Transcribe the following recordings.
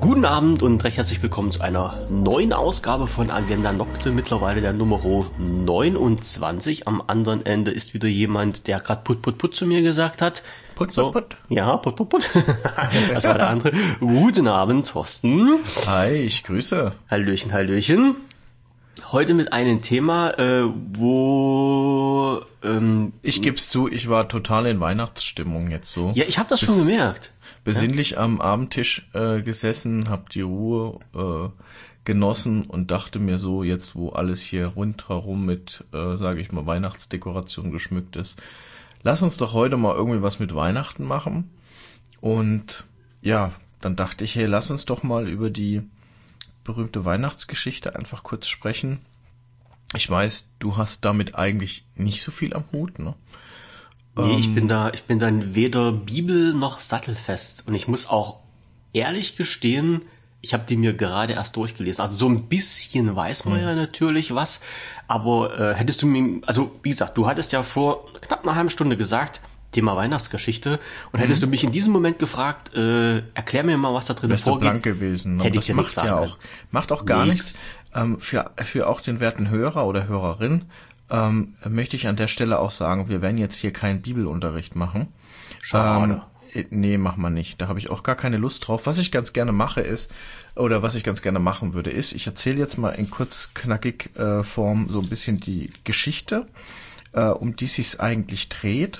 Guten Abend und recht herzlich willkommen zu einer neuen Ausgabe von Agenda Nocte, mittlerweile der Nummer 29. Am anderen Ende ist wieder jemand, der gerade Put Put Put zu mir gesagt hat. Put, so, put, put. Ja, Put Put Put. Das war der andere. Guten Abend, Thorsten. Hi, ich grüße. Hallöchen, Hallöchen. Heute mit einem Thema, wo... ich geb's zu, ich war total in Weihnachtsstimmung jetzt so. Ja, ich habe das schon gemerkt. Besinnlich am Abendtisch gesessen, hab die Ruhe genossen und dachte mir so, jetzt wo alles hier rundherum mit, sage ich mal, Weihnachtsdekoration geschmückt ist, lass uns doch heute mal irgendwie was mit Weihnachten machen. Und ja, dann dachte ich, hey, lass uns doch mal über die berühmte Weihnachtsgeschichte einfach kurz sprechen. Ich weiß, du hast damit eigentlich nicht so viel am Hut, ne? Nee, ich bin dann weder Bibel noch sattelfest. Und ich muss auch ehrlich gestehen, ich habe die mir gerade erst durchgelesen. Also so ein bisschen weiß man ja natürlich was. Aber hättest du mir, also wie gesagt, du hattest ja vor knapp einer halben Stunde gesagt, Thema Weihnachtsgeschichte. Und hättest du mich in diesem Moment gefragt, erklär mir mal, was da drin vorgeht. Blank gewesen. Hätte ich dir nichts sagen können. Macht auch gar nichts. Für auch den werten Hörer oder Hörerin möchte ich an der Stelle auch sagen, wir werden jetzt hier keinen Bibelunterricht machen. Schade. Nee, machen wir nicht. Da habe ich auch gar keine Lust drauf. Was ich ganz gerne mache ist, oder was ich ganz gerne machen würde, ist, ich erzähle jetzt mal in kurz knackig Form so ein bisschen die Geschichte, um die es sich eigentlich dreht.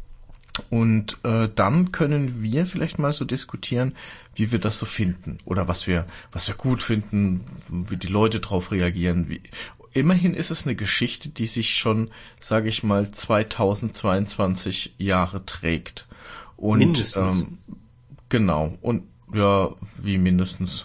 Und dann können wir vielleicht mal so diskutieren, wie wir das so finden oder was wir gut finden, wie die Leute drauf reagieren. Immerhin ist es eine Geschichte, die sich schon, sage ich mal, 2022 Jahre trägt. Und mindestens. Genau. Und ja, wie mindestens?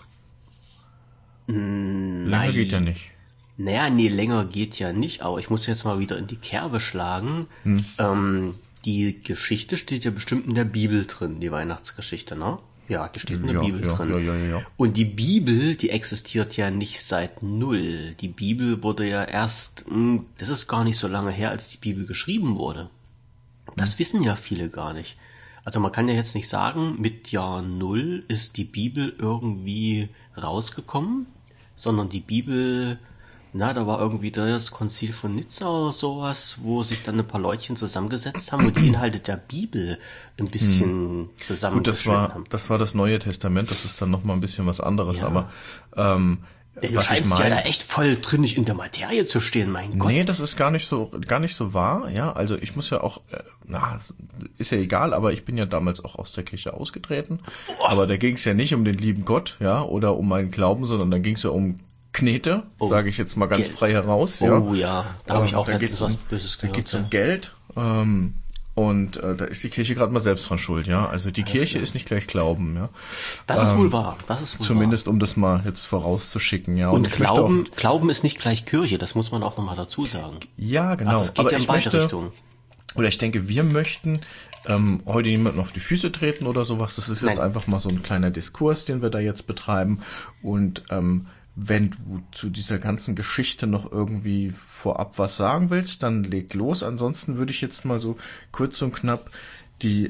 Länger geht ja nicht. Naja, nee, länger geht ja nicht, aber ich muss jetzt mal wieder in die Kerbe schlagen. Die Geschichte steht ja bestimmt in der Bibel drin, die Weihnachtsgeschichte, ne? Ja, die steht in der Bibel drin. Ja. Und die Bibel, die existiert ja nicht seit null. Die Bibel wurde ja erst, das ist gar nicht so lange her, als die Bibel geschrieben wurde. Das wissen ja viele gar nicht. Also man kann ja jetzt nicht sagen, mit Jahr null ist die Bibel irgendwie rausgekommen, sondern die Bibel... da war irgendwie das Konzil von Nizza oder sowas, wo sich dann ein paar Leutchen zusammengesetzt haben und die Inhalte der Bibel ein bisschen zusammengestellt haben. Das war das Neue Testament, das ist dann nochmal ein bisschen was anderes, Ja. aber Du scheinst ja da echt voll drinnig in der Materie zu stehen, mein Gott. Nee, das ist gar nicht so wahr, ja, also ich muss ja auch, ist ja egal, aber ich bin ja damals auch aus der Kirche ausgetreten, aber da ging es ja nicht um den lieben Gott, ja, oder um meinen Glauben, sondern dann ging es ja um Knete, sage ich jetzt mal ganz frei heraus. Ja. Oh ja, da habe ich auch letztens was Böses gehört. Da geht's um Geld und da ist die Kirche gerade mal selbst dran schuld, ja. Also die Kirche ist nicht gleich Glauben, ja. Das ist wohl wahr. Zumindest um das mal jetzt vorauszuschicken, ja. Und Glauben ist nicht gleich Kirche, das muss man auch nochmal dazu sagen. Ja, genau. Also es geht ja in beide Richtungen. Oder ich denke, wir möchten heute niemanden auf die Füße treten oder sowas. Das ist jetzt einfach mal so ein kleiner Diskurs, den wir da jetzt betreiben. Und wenn du zu dieser ganzen Geschichte noch irgendwie vorab was sagen willst, dann leg los. Ansonsten würde ich jetzt mal so kurz und knapp die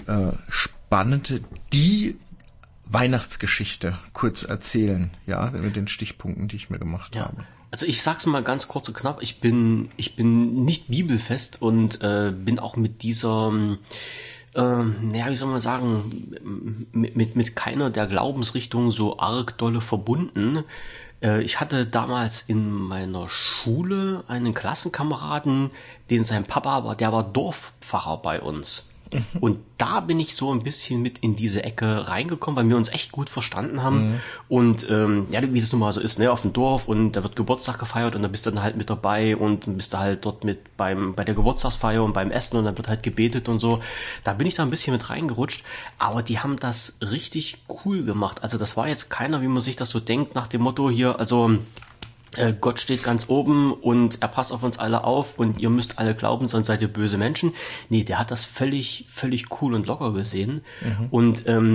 Weihnachtsgeschichte kurz erzählen, ja, mit den Stichpunkten, die ich mir gemacht habe. Also ich sag's mal ganz kurz und knapp, ich bin nicht bibelfest und bin auch mit dieser, wie soll man sagen, mit keiner der Glaubensrichtungen so arg dolle verbunden. Ich hatte damals in meiner Schule einen Klassenkameraden, sein Papa der war Dorfpfarrer bei uns. Und da bin ich so ein bisschen mit in diese Ecke reingekommen, weil wir uns echt gut verstanden haben. Und wie das nun mal so ist, ne, auf dem Dorf und da wird Geburtstag gefeiert und da bist du dann halt mit dabei und dann bist du halt dort mit bei der Geburtstagsfeier und beim Essen und dann wird halt gebetet und so. Da bin ich da ein bisschen mit reingerutscht, aber die haben das richtig cool gemacht. Also das war jetzt keiner, wie man sich das so denkt, nach dem Motto hier, also Gott steht ganz oben und er passt auf uns alle auf und ihr müsst alle glauben, sonst seid ihr böse Menschen. Nee, der hat das völlig cool und locker gesehen. Und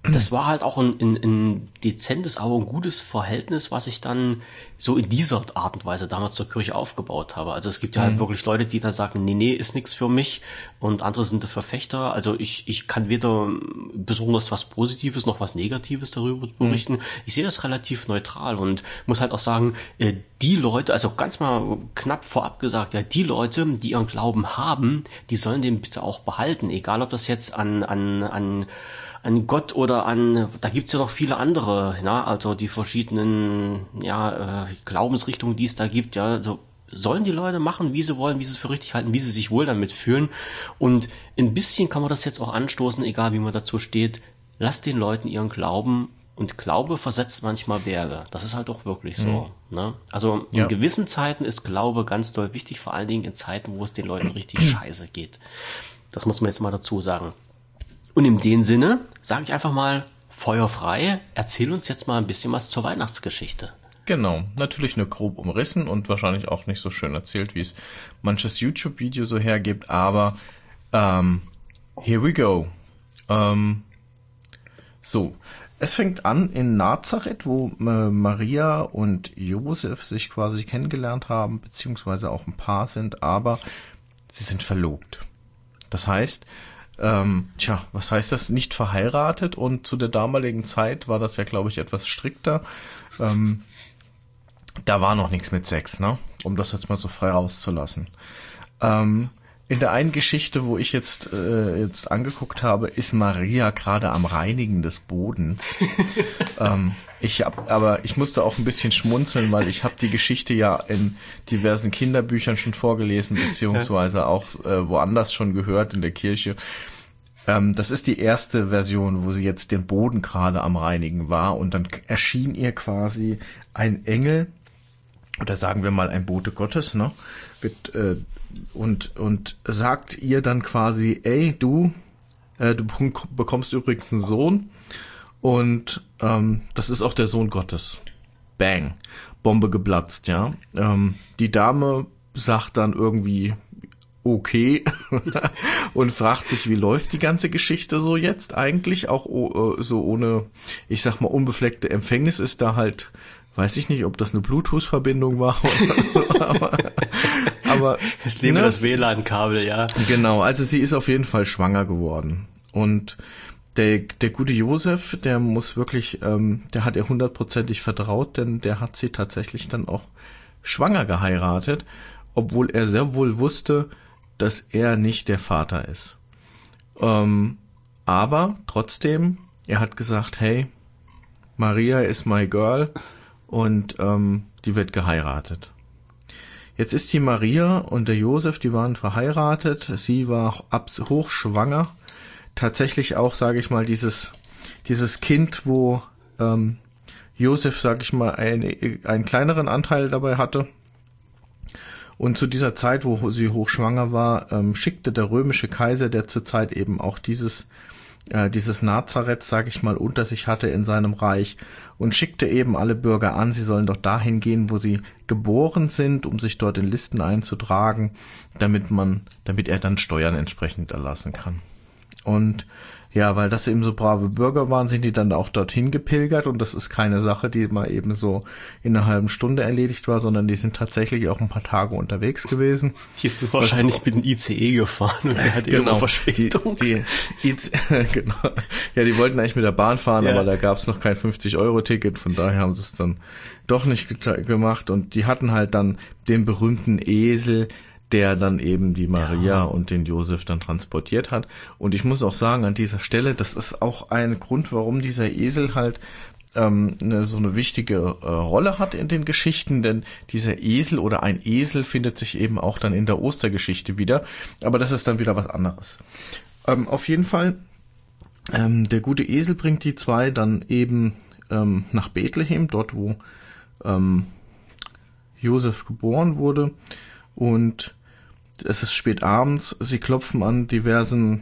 das war halt auch ein dezentes, aber ein gutes Verhältnis, was ich dann so in dieser Art und Weise damals zur Kirche aufgebaut habe. Also es gibt ja halt wirklich Leute, die dann sagen, nee, ist nichts für mich, und andere sind der Verfechter. Also ich kann weder besonders was Positives noch was Negatives darüber berichten. Ich sehe das relativ neutral und muss halt auch sagen, die Leute, also ganz mal knapp vorab gesagt, ja, die Leute, die ihren Glauben haben, die sollen den bitte auch behalten, egal ob das jetzt an Gott oder da gibt's ja noch viele andere, ja, also die verschiedenen, Glaubensrichtungen, die es da gibt, ja, also sollen die Leute machen, wie sie wollen, wie sie es für richtig halten, wie sie sich wohl damit fühlen, und ein bisschen kann man das jetzt auch anstoßen, egal wie man dazu steht, lasst den Leuten ihren Glauben, und Glaube versetzt manchmal Berge, das ist halt auch wirklich so, ne, also in gewissen Zeiten ist Glaube ganz doll wichtig, vor allen Dingen in Zeiten, wo es den Leuten richtig scheiße geht, das muss man jetzt mal dazu sagen. Und in dem Sinne sage ich einfach mal, Feuer frei, erzähl uns jetzt mal ein bisschen was zur Weihnachtsgeschichte. Genau, natürlich nur grob umrissen und wahrscheinlich auch nicht so schön erzählt, wie es manches YouTube-Video so hergibt, aber here we go. So, es fängt an in Nazareth, wo Maria und Josef sich quasi kennengelernt haben, beziehungsweise auch ein Paar sind, aber sie sind verlobt. Das heißt, was heißt das? Nicht verheiratet, und zu der damaligen Zeit war das ja, glaube ich, etwas strikter. Da war noch nichts mit Sex, ne? Um das jetzt mal so frei rauszulassen. In der einen Geschichte, wo ich jetzt angeguckt habe, ist Maria gerade am Reinigen des Bodens. Ich musste auch ein bisschen schmunzeln, weil ich habe die Geschichte ja in diversen Kinderbüchern schon vorgelesen, beziehungsweise auch woanders schon gehört in der Kirche. Das ist die erste Version, wo sie jetzt den Boden gerade am Reinigen war, und dann erschien ihr quasi ein Engel, oder sagen wir mal ein Bote Gottes, ne? Und sagt ihr dann quasi, ey, du bekommst übrigens einen Sohn, und das ist auch der Sohn Gottes. Bang. Bombe geplatzt, ja. Die Dame sagt dann irgendwie okay und fragt sich, wie läuft die ganze Geschichte so jetzt eigentlich, auch so ohne, ich sag mal, unbefleckte Empfängnis ist da halt, weiß ich nicht, ob das eine Bluetooth-Verbindung war, aber es lebe das WLAN-Kabel, ja. Genau, also sie ist auf jeden Fall schwanger geworden, und der gute Josef, der muss wirklich, der hat ihr 100%ig vertraut, denn der hat sie tatsächlich dann auch schwanger geheiratet, obwohl er sehr wohl wusste, dass er nicht der Vater ist. Aber trotzdem, er hat gesagt, hey, Maria is my girl, und die wird geheiratet. Jetzt ist die Maria und der Josef, die waren verheiratet, sie war hochschwanger. Tatsächlich auch, sage ich mal, dieses Kind, wo Josef, sage ich mal, einen kleineren Anteil dabei hatte. Und zu dieser Zeit, wo sie hochschwanger war, schickte der römische Kaiser, der zur Zeit eben auch dieses Nazareth, sage ich mal, unter sich hatte in seinem Reich, und schickte eben alle Bürger an, sie sollen doch dahin gehen, wo sie geboren sind, um sich dort in Listen einzutragen, damit er dann Steuern entsprechend erlassen kann. Und ja, weil das eben so brave Bürger waren, sind die dann auch dorthin gepilgert, und das ist keine Sache, die mal eben so in einer halben Stunde erledigt war, sondern die sind tatsächlich auch ein paar Tage unterwegs gewesen. Hier ist wahrscheinlich mit dem ICE gefahren, und er hat immer Verspätung. Genau. Ja, die wollten eigentlich mit der Bahn fahren, aber da gab's noch kein 50-Euro-Ticket, von daher haben sie es dann doch nicht gemacht, und die hatten halt dann den berühmten Esel, der dann eben die Maria und den Josef dann transportiert hat. Und ich muss auch sagen, an dieser Stelle, das ist auch ein Grund, warum dieser Esel halt so eine wichtige Rolle hat in den Geschichten, denn dieser Esel oder ein Esel findet sich eben auch dann in der Ostergeschichte wieder, aber das ist dann wieder was anderes. Auf jeden Fall, der gute Esel bringt die zwei dann eben nach Bethlehem, dort wo Josef geboren wurde, und es ist spät abends, sie klopfen an diversen,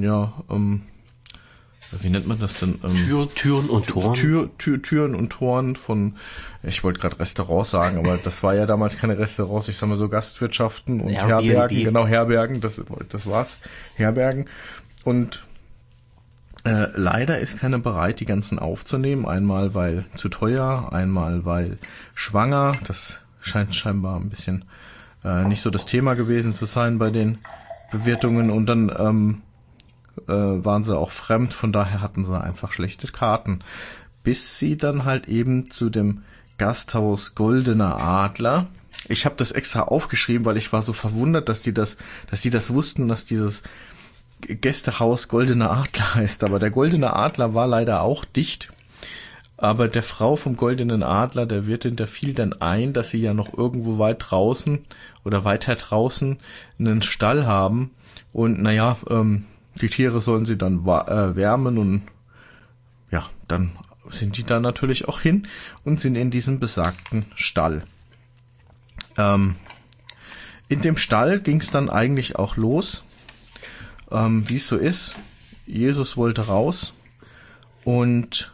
wie nennt man das denn? Türen und Toren. Türen und Toren von, ich wollte gerade Restaurants sagen, aber das war ja damals keine Restaurants, ich sag mal so Gastwirtschaften und Herbergen, genau, Herbergen, das war's, Herbergen. Und Leider ist keiner bereit, die ganzen aufzunehmen. Einmal weil zu teuer, einmal weil schwanger. Das scheint scheinbar ein bisschen nicht so das Thema gewesen zu sein bei den Bewertungen. Und dann waren sie auch fremd, von daher hatten sie einfach schlechte Karten. Bis sie dann halt eben zu dem Gasthaus Goldener Adler. Ich habe das extra aufgeschrieben, weil ich war so verwundert, dass die das wussten, dass dieses Gästehaus Goldener Adler heißt. Aber der Goldene Adler war leider auch dicht. Aber der Frau vom Goldenen Adler, der Wirtin, der fiel dann ein, dass sie ja noch irgendwo weit draußen oder weiter draußen einen Stall haben. Und naja, die Tiere sollen sie dann wärmen und ja, dann sind die da natürlich auch hin und sind in diesem besagten Stall. In dem Stall ging es dann eigentlich auch los, wie es so ist. Jesus wollte raus und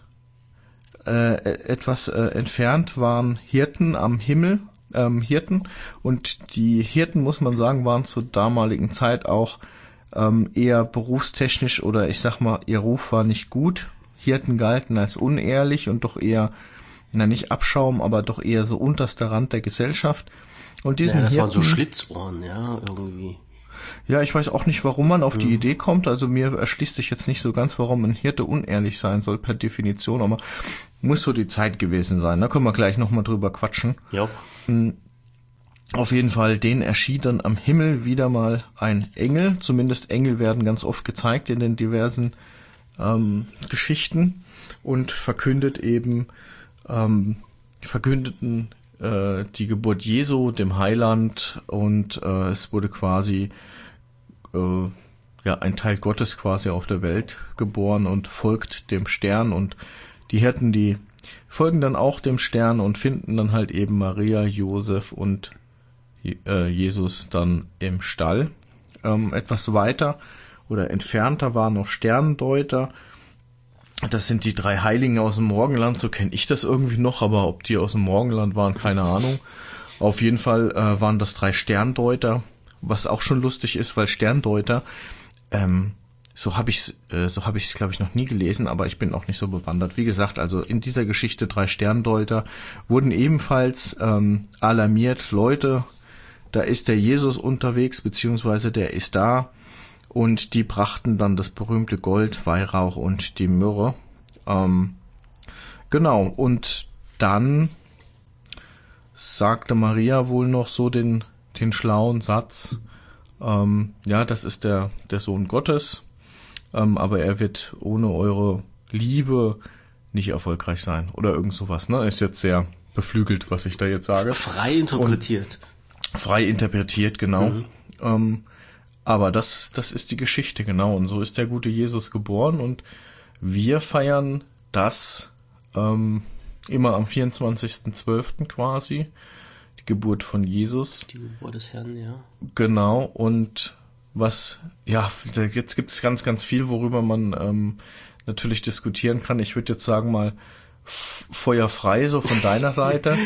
etwas entfernt waren Hirten am Himmel, Hirten, und die Hirten, muss man sagen, waren zur damaligen Zeit auch eher berufstechnisch, oder ich sag mal, ihr Ruf war nicht gut. Hirten galten als unehrlich und doch eher, nicht Abschaum, aber doch eher so unterster Rand der Gesellschaft. Und diesen das Hirten, waren so Schlitzohren, ja, irgendwie. Ja, ich weiß auch nicht, warum man auf die Idee kommt. Also mir erschließt sich jetzt nicht so ganz, warum ein Hirte unehrlich sein soll per Definition, aber muss so die Zeit gewesen sein. Da können wir gleich nochmal drüber quatschen. Ja. Auf jeden Fall, denen erschien dann am Himmel wieder mal ein Engel. Zumindest Engel werden ganz oft gezeigt in den diversen Geschichten und verkündeten die Geburt Jesu, dem Heiland, und es wurde quasi ein Teil Gottes quasi auf der Welt geboren und folgt dem Stern, und die Hirten, die folgen dann auch dem Stern und finden dann halt eben Maria, Josef und Jesus dann im Stall. Etwas weiter oder entfernter waren noch Sterndeuter. Das sind die 3 Heiligen aus dem Morgenland, so kenne ich das irgendwie noch, aber ob die aus dem Morgenland waren, keine Ahnung. Auf jeden Fall waren das 3 Sterndeuter, was auch schon lustig ist, weil Sterndeuter, so habe ich es glaube ich noch nie gelesen, aber ich bin auch nicht so bewandert. Wie gesagt, also in dieser Geschichte 3 Sterndeuter wurden ebenfalls alarmiert, Leute, da ist der Jesus unterwegs, beziehungsweise der ist da. Und die brachten dann das berühmte Gold, Weihrauch und die Myrrhe. Genau, und dann sagte Maria wohl noch so den schlauen Satz, das ist der Sohn Gottes, aber er wird ohne eure Liebe nicht erfolgreich sein. Oder irgend sowas, ne? Ist jetzt sehr beflügelt, was ich da jetzt sage. Frei interpretiert. Frei interpretiert, genau. Aber das ist die Geschichte, genau. Und so ist der gute Jesus geboren. Und wir feiern das immer am 24.12. quasi. Die Geburt von Jesus. Die Geburt des Herrn, ja. Genau. Und jetzt gibt es ganz, ganz viel, worüber man natürlich diskutieren kann. Ich würde jetzt sagen mal feuerfrei, so von deiner Seite.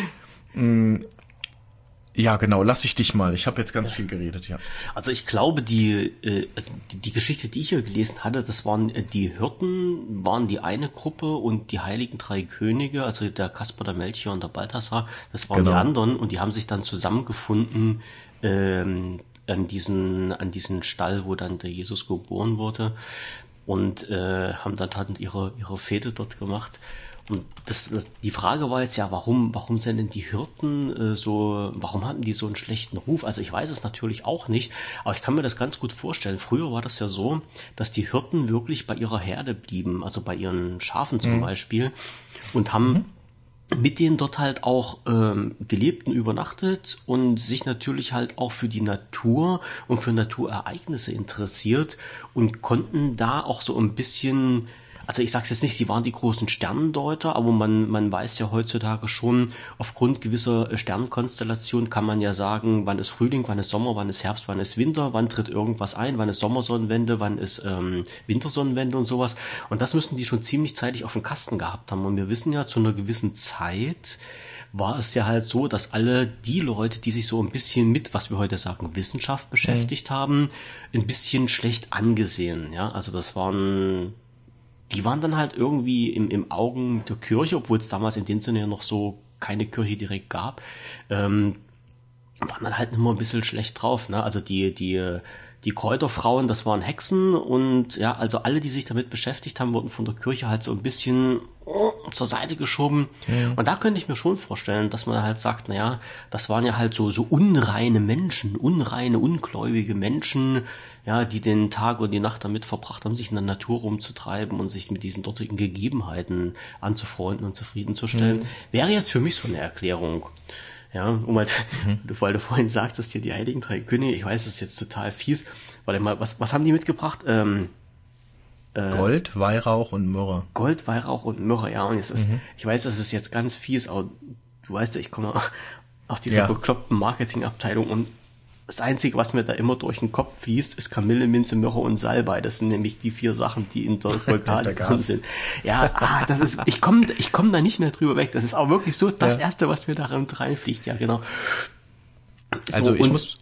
Ja, genau, lass ich dich mal. Ich habe jetzt ganz viel geredet, ja. Also ich glaube, die Geschichte, die ich hier gelesen hatte, das waren die Hirten, waren die eine Gruppe, und die heiligen 3 Könige, also der Kaspar, der Melchior und der Balthasar, das waren die anderen, und die haben sich dann zusammengefunden an diesen Stall, wo dann der Jesus geboren wurde, und haben dann halt ihre Fete dort gemacht. Und die Frage war jetzt ja, warum sind denn die Hirten warum hatten die so einen schlechten Ruf? Also ich weiß es natürlich auch nicht, aber ich kann mir das ganz gut vorstellen. Früher war das ja so, dass die Hirten wirklich bei ihrer Herde blieben, also bei ihren Schafen zum Beispiel, und haben mit denen dort halt auch gelebt und übernachtet und sich natürlich halt auch für die Natur und für Naturereignisse interessiert und konnten da auch so ein bisschen... Also ich sag's jetzt nicht, sie waren die großen Sternendeuter, aber man weiß ja heutzutage schon, aufgrund gewisser Sternkonstellationen kann man ja sagen, wann ist Frühling, wann ist Sommer, wann ist Herbst, wann ist Winter, wann tritt irgendwas ein, wann ist Sommersonnenwende, wann ist Wintersonnenwende und sowas. Und das müssen die schon ziemlich zeitig auf dem Kasten gehabt haben. Und wir wissen ja, zu einer gewissen Zeit war es ja halt so, dass alle die Leute, die sich so ein bisschen mit, was wir heute sagen, Wissenschaft beschäftigt haben, ein bisschen schlecht angesehen. Ja, also das waren... die waren dann halt irgendwie im Augen der Kirche, obwohl es damals in dem Sinne ja noch so keine Kirche direkt gab, waren dann halt immer ein bisschen schlecht drauf, ne? Also die Kräuterfrauen, das waren Hexen und ja, also alle, die sich damit beschäftigt haben, wurden von der Kirche halt so ein bisschen zur Seite geschoben. Ja. Und da könnte ich mir schon vorstellen, dass man halt sagt, naja, das waren ja halt so unreine Menschen, ungläubige Menschen, ja, die den Tag und die Nacht damit verbracht haben, sich in der Natur rumzutreiben und sich mit diesen dortigen Gegebenheiten anzufreunden und zufriedenzustellen. Wäre jetzt für mich so eine Erklärung. Ja, weil du vorhin sagtest, hier die Heiligen Drei Könige, ich weiß, das ist jetzt total fies. Warte mal, was haben die mitgebracht? Gold, Weihrauch und Myrrhe. Gold, Weihrauch und Myrrhe, ja. Und jetzt ist, ich weiß, das ist jetzt ganz fies, aber du weißt ja, ich komme aus dieser bekloppten Marketingabteilung und das Einzige, was mir da immer durch den Kopf fließt, ist Kamille, Minze, Myrrhe und Salbei. Das sind nämlich die 4 Sachen, die in der Vulkane drin sind. Ja, das ist, ich komm da nicht mehr drüber weg. Das ist auch wirklich so das Erste, was mir da reinfliegt. Ja, genau. Also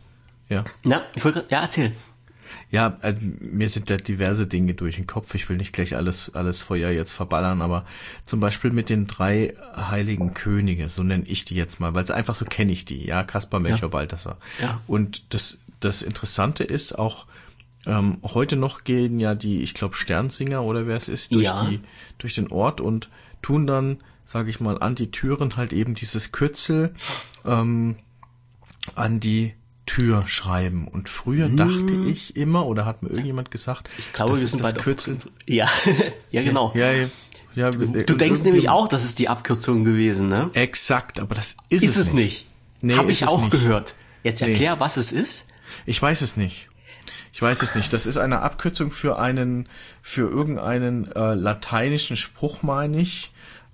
erzähl. Ja, mir sind da diverse Dinge durch den Kopf. Ich will nicht gleich alles vorher jetzt verballern, aber zum Beispiel mit den 3 heiligen Könige, so nenne ich die jetzt mal, weil einfach so kenne ich die, ja, Kaspar, Melchior, Balthasar. Ja. Und das Interessante ist auch, heute noch gehen ja die, ich glaube, Sternsinger oder wer es ist, durch den Ort und tun dann, sage ich mal, an die Türen halt eben dieses Kürzel an die Tür schreiben. Und früher dachte ich immer, oder hat mir irgendjemand gesagt, ich glaube, wir sind bei das Kürzel. Ja, ja, genau. Ja, du denkst nämlich auch, das ist die Abkürzung gewesen, ne? Exakt, aber das ist es nicht. Nee, habe ich auch gehört. Jetzt erklär, was es ist. Ich weiß es nicht. Das ist eine Abkürzung für irgendeinen lateinischen Spruch, meine ich.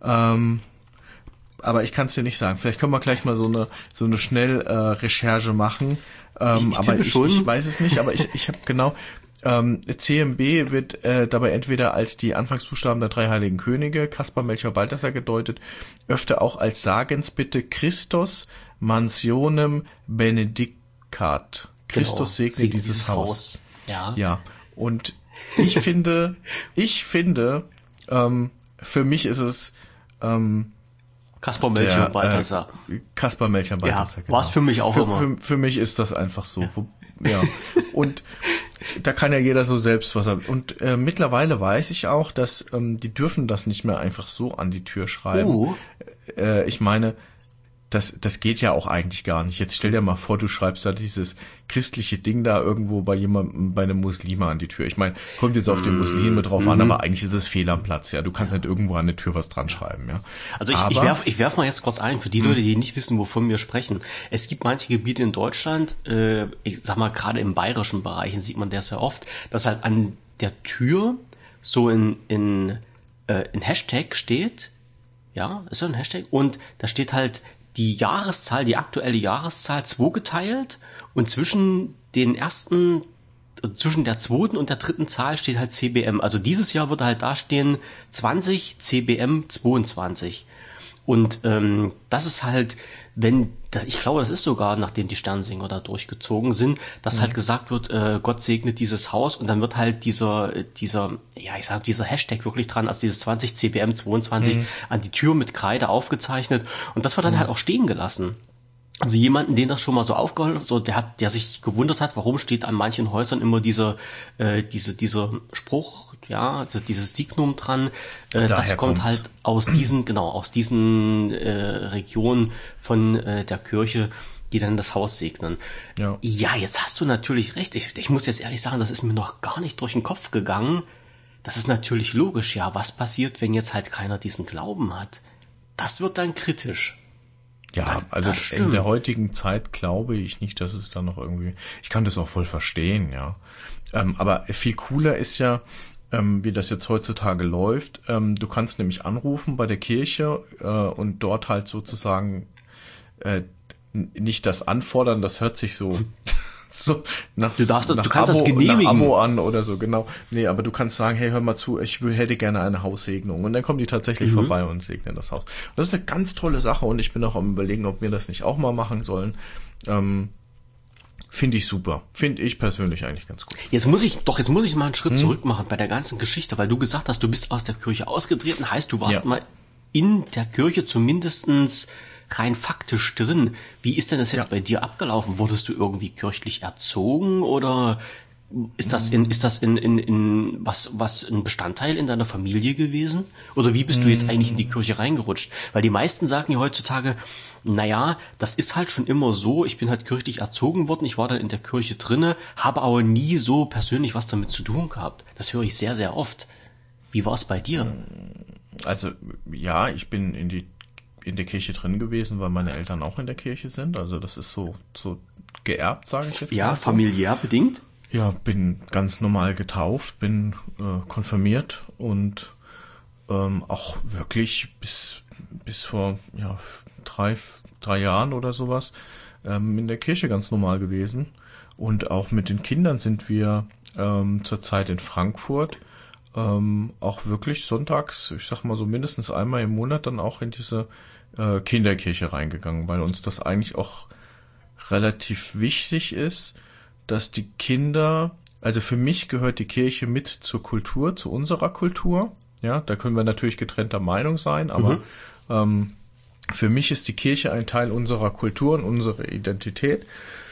Aber ich kann es dir nicht sagen. Vielleicht können wir gleich mal so eine Schnellrecherche machen. Aber ich weiß es nicht. Aber ich habe genau. CMB wird dabei entweder als die Anfangsbuchstaben der 3 heiligen Könige, Kaspar, Melchior, Balthasar gedeutet, öfter auch als Sagensbitte Christos Mansionem Benedicat. Christus segne dieses Haus. Ja. Und ich finde, für mich ist es Kaspar, Melchior, Balthasar. Kaspar, Melchior, Balthasar. Ja, genau. War es für mich auch immer. Für mich ist das einfach so. Ja. Und da kann ja jeder so selbst was haben. Und mittlerweile weiß ich auch, dass die dürfen das nicht mehr einfach so an die Tür schreiben. Ich meine, das geht ja auch eigentlich gar nicht. Jetzt stell dir mal vor, du schreibst da dieses christliche Ding da irgendwo bei einem Muslime an die Tür. Ich meine, kommt jetzt auf den Muslime drauf an, aber eigentlich ist es fehl am Platz, ja. Du kannst nicht irgendwo an der Tür was dran schreiben, ja. Also ich werf mal jetzt kurz ein, für die Leute, die nicht wissen, wovon wir sprechen. Es gibt manche Gebiete in Deutschland, ich sag mal, gerade im bayerischen Bereich sieht man das sehr oft, dass halt an der Tür so in Hashtag steht, ja, ist so ein Hashtag, und da steht halt die Jahreszahl, die aktuelle Jahreszahl 2 geteilt und zwischen der 2. und der 3. Zahl steht halt CBM. Also dieses Jahr würde halt da stehen 20 CBM 22. Und das ist halt, ich glaube, das ist sogar, nachdem die Sternsinger da durchgezogen sind, dass halt gesagt wird, Gott segnet dieses Haus, und dann wird halt dieser Hashtag wirklich dran, also dieses 20 CBM 22 an die Tür mit Kreide aufgezeichnet, und das wird dann halt auch stehen gelassen. Also jemanden, den das schon mal so aufgeholfen, so der sich gewundert hat, warum steht an manchen Häusern immer dieser Spruch, ja, also dieses Signum dran, das kommt halt aus diesen Regionen von der Kirche, die dann das Haus segnen. Ja, jetzt hast du natürlich recht. Ich muss jetzt ehrlich sagen, das ist mir noch gar nicht durch den Kopf gegangen. Das ist natürlich logisch, ja. Was passiert, wenn jetzt halt keiner diesen Glauben hat? Das wird dann kritisch. Ja, also in der heutigen Zeit glaube ich nicht, dass es da noch irgendwie, ich kann das auch voll verstehen, ja. Aber viel cooler ist ja, wie das jetzt heutzutage läuft. Du kannst nämlich anrufen bei der Kirche und dort halt sozusagen nicht das anfordern, das hört sich so nach du kannst das genehmigen. Nach Abo an oder so, genau. Nee, aber du kannst sagen, hey, hör mal zu, hätte gerne eine Haussegnung. Und dann kommen die tatsächlich vorbei und segnen das Haus. Und das ist eine ganz tolle Sache, und ich bin auch am Überlegen, ob wir das nicht auch mal machen sollen. finde ich super. Finde ich persönlich eigentlich ganz gut. Jetzt muss ich mal einen Schritt zurück machen bei der ganzen Geschichte, weil du gesagt hast, du bist aus der Kirche ausgetreten, heißt, du warst mal in der Kirche zumindestens rein faktisch drin. Wie ist denn das jetzt bei dir abgelaufen? Wurdest du irgendwie kirchlich erzogen oder ist das in was ein Bestandteil in deiner Familie gewesen? Oder wie bist du jetzt eigentlich in die Kirche reingerutscht? Weil die meisten sagen ja heutzutage, naja, das ist halt schon immer so, ich bin halt kirchlich erzogen worden, ich war dann in der Kirche drinne, habe aber nie so persönlich was damit zu tun gehabt. Das höre ich sehr, sehr oft. Wie war es bei dir? Also, ja, ich bin in der Kirche drin gewesen, weil meine Eltern auch in der Kirche sind. Also das ist so geerbt, sage ich jetzt. Ja, familiär bedingt? Ja, bin ganz normal getauft, bin konfirmiert und auch wirklich bis vor drei Jahren oder sowas in der Kirche ganz normal gewesen. Und auch mit den Kindern sind wir zurzeit in Frankfurt auch wirklich sonntags, ich sag mal so mindestens einmal im Monat dann auch in diese Kinderkirche reingegangen, weil uns das eigentlich auch relativ wichtig ist, dass die Kinder, also für mich gehört die Kirche mit zur Kultur, zu unserer Kultur. Ja, da können wir natürlich getrennter Meinung sein, aber für mich ist die Kirche ein Teil unserer Kultur und unserer Identität.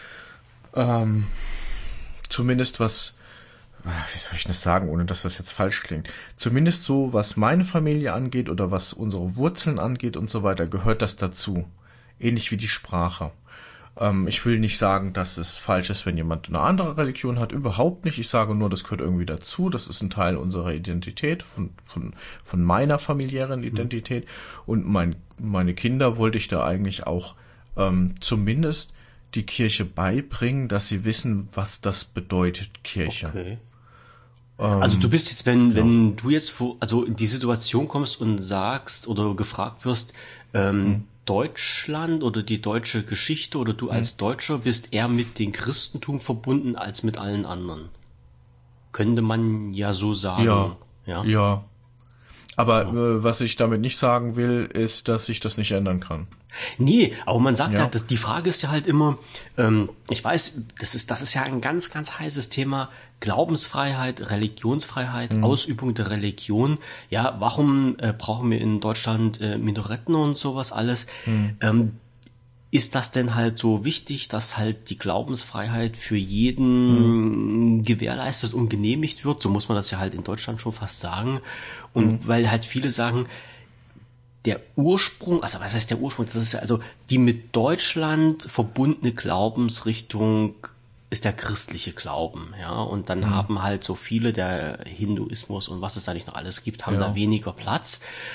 Zumindest was, wie soll ich das sagen, ohne dass das jetzt falsch klingt, zumindest so, was meine Familie angeht oder was unsere Wurzeln angeht und so weiter, gehört das dazu. Ähnlich wie die Sprache. Ich will nicht sagen, dass es falsch ist, wenn jemand eine andere Religion hat, überhaupt nicht. Ich sage nur, das gehört irgendwie dazu. Das ist ein Teil unserer Identität, von meiner familiären Identität. Und meine Kinder wollte ich da eigentlich auch zumindest die Kirche beibringen, dass sie wissen, was das bedeutet, Kirche. Okay. Also du bist jetzt, wenn du jetzt also in die Situation kommst und sagst oder gefragt wirst, Deutschland oder die deutsche Geschichte oder du als Deutscher bist eher mit dem Christentum verbunden als mit allen anderen. Könnte man ja so sagen. Ja. Aber was ich damit nicht sagen will, ist, dass ich das nicht ändern kann. Nee, aber man sagt ja, die Frage ist ja halt immer, ich weiß, das ist ja ein ganz, ganz heißes Thema, Glaubensfreiheit, Religionsfreiheit, Ausübung der Religion. Ja, warum brauchen wir in Deutschland Minaretten und sowas alles? Ist das denn halt so wichtig, dass halt die Glaubensfreiheit für jeden gewährleistet und genehmigt wird? So muss man das ja halt in Deutschland schon fast sagen. Und weil halt viele sagen, der Ursprung, also was heißt der Ursprung? Das ist ja also die mit Deutschland verbundene Glaubensrichtung ist der christliche Glauben, ja. Und dann haben halt so viele, der Hinduismus und was es da nicht noch alles gibt, haben da weniger Platz.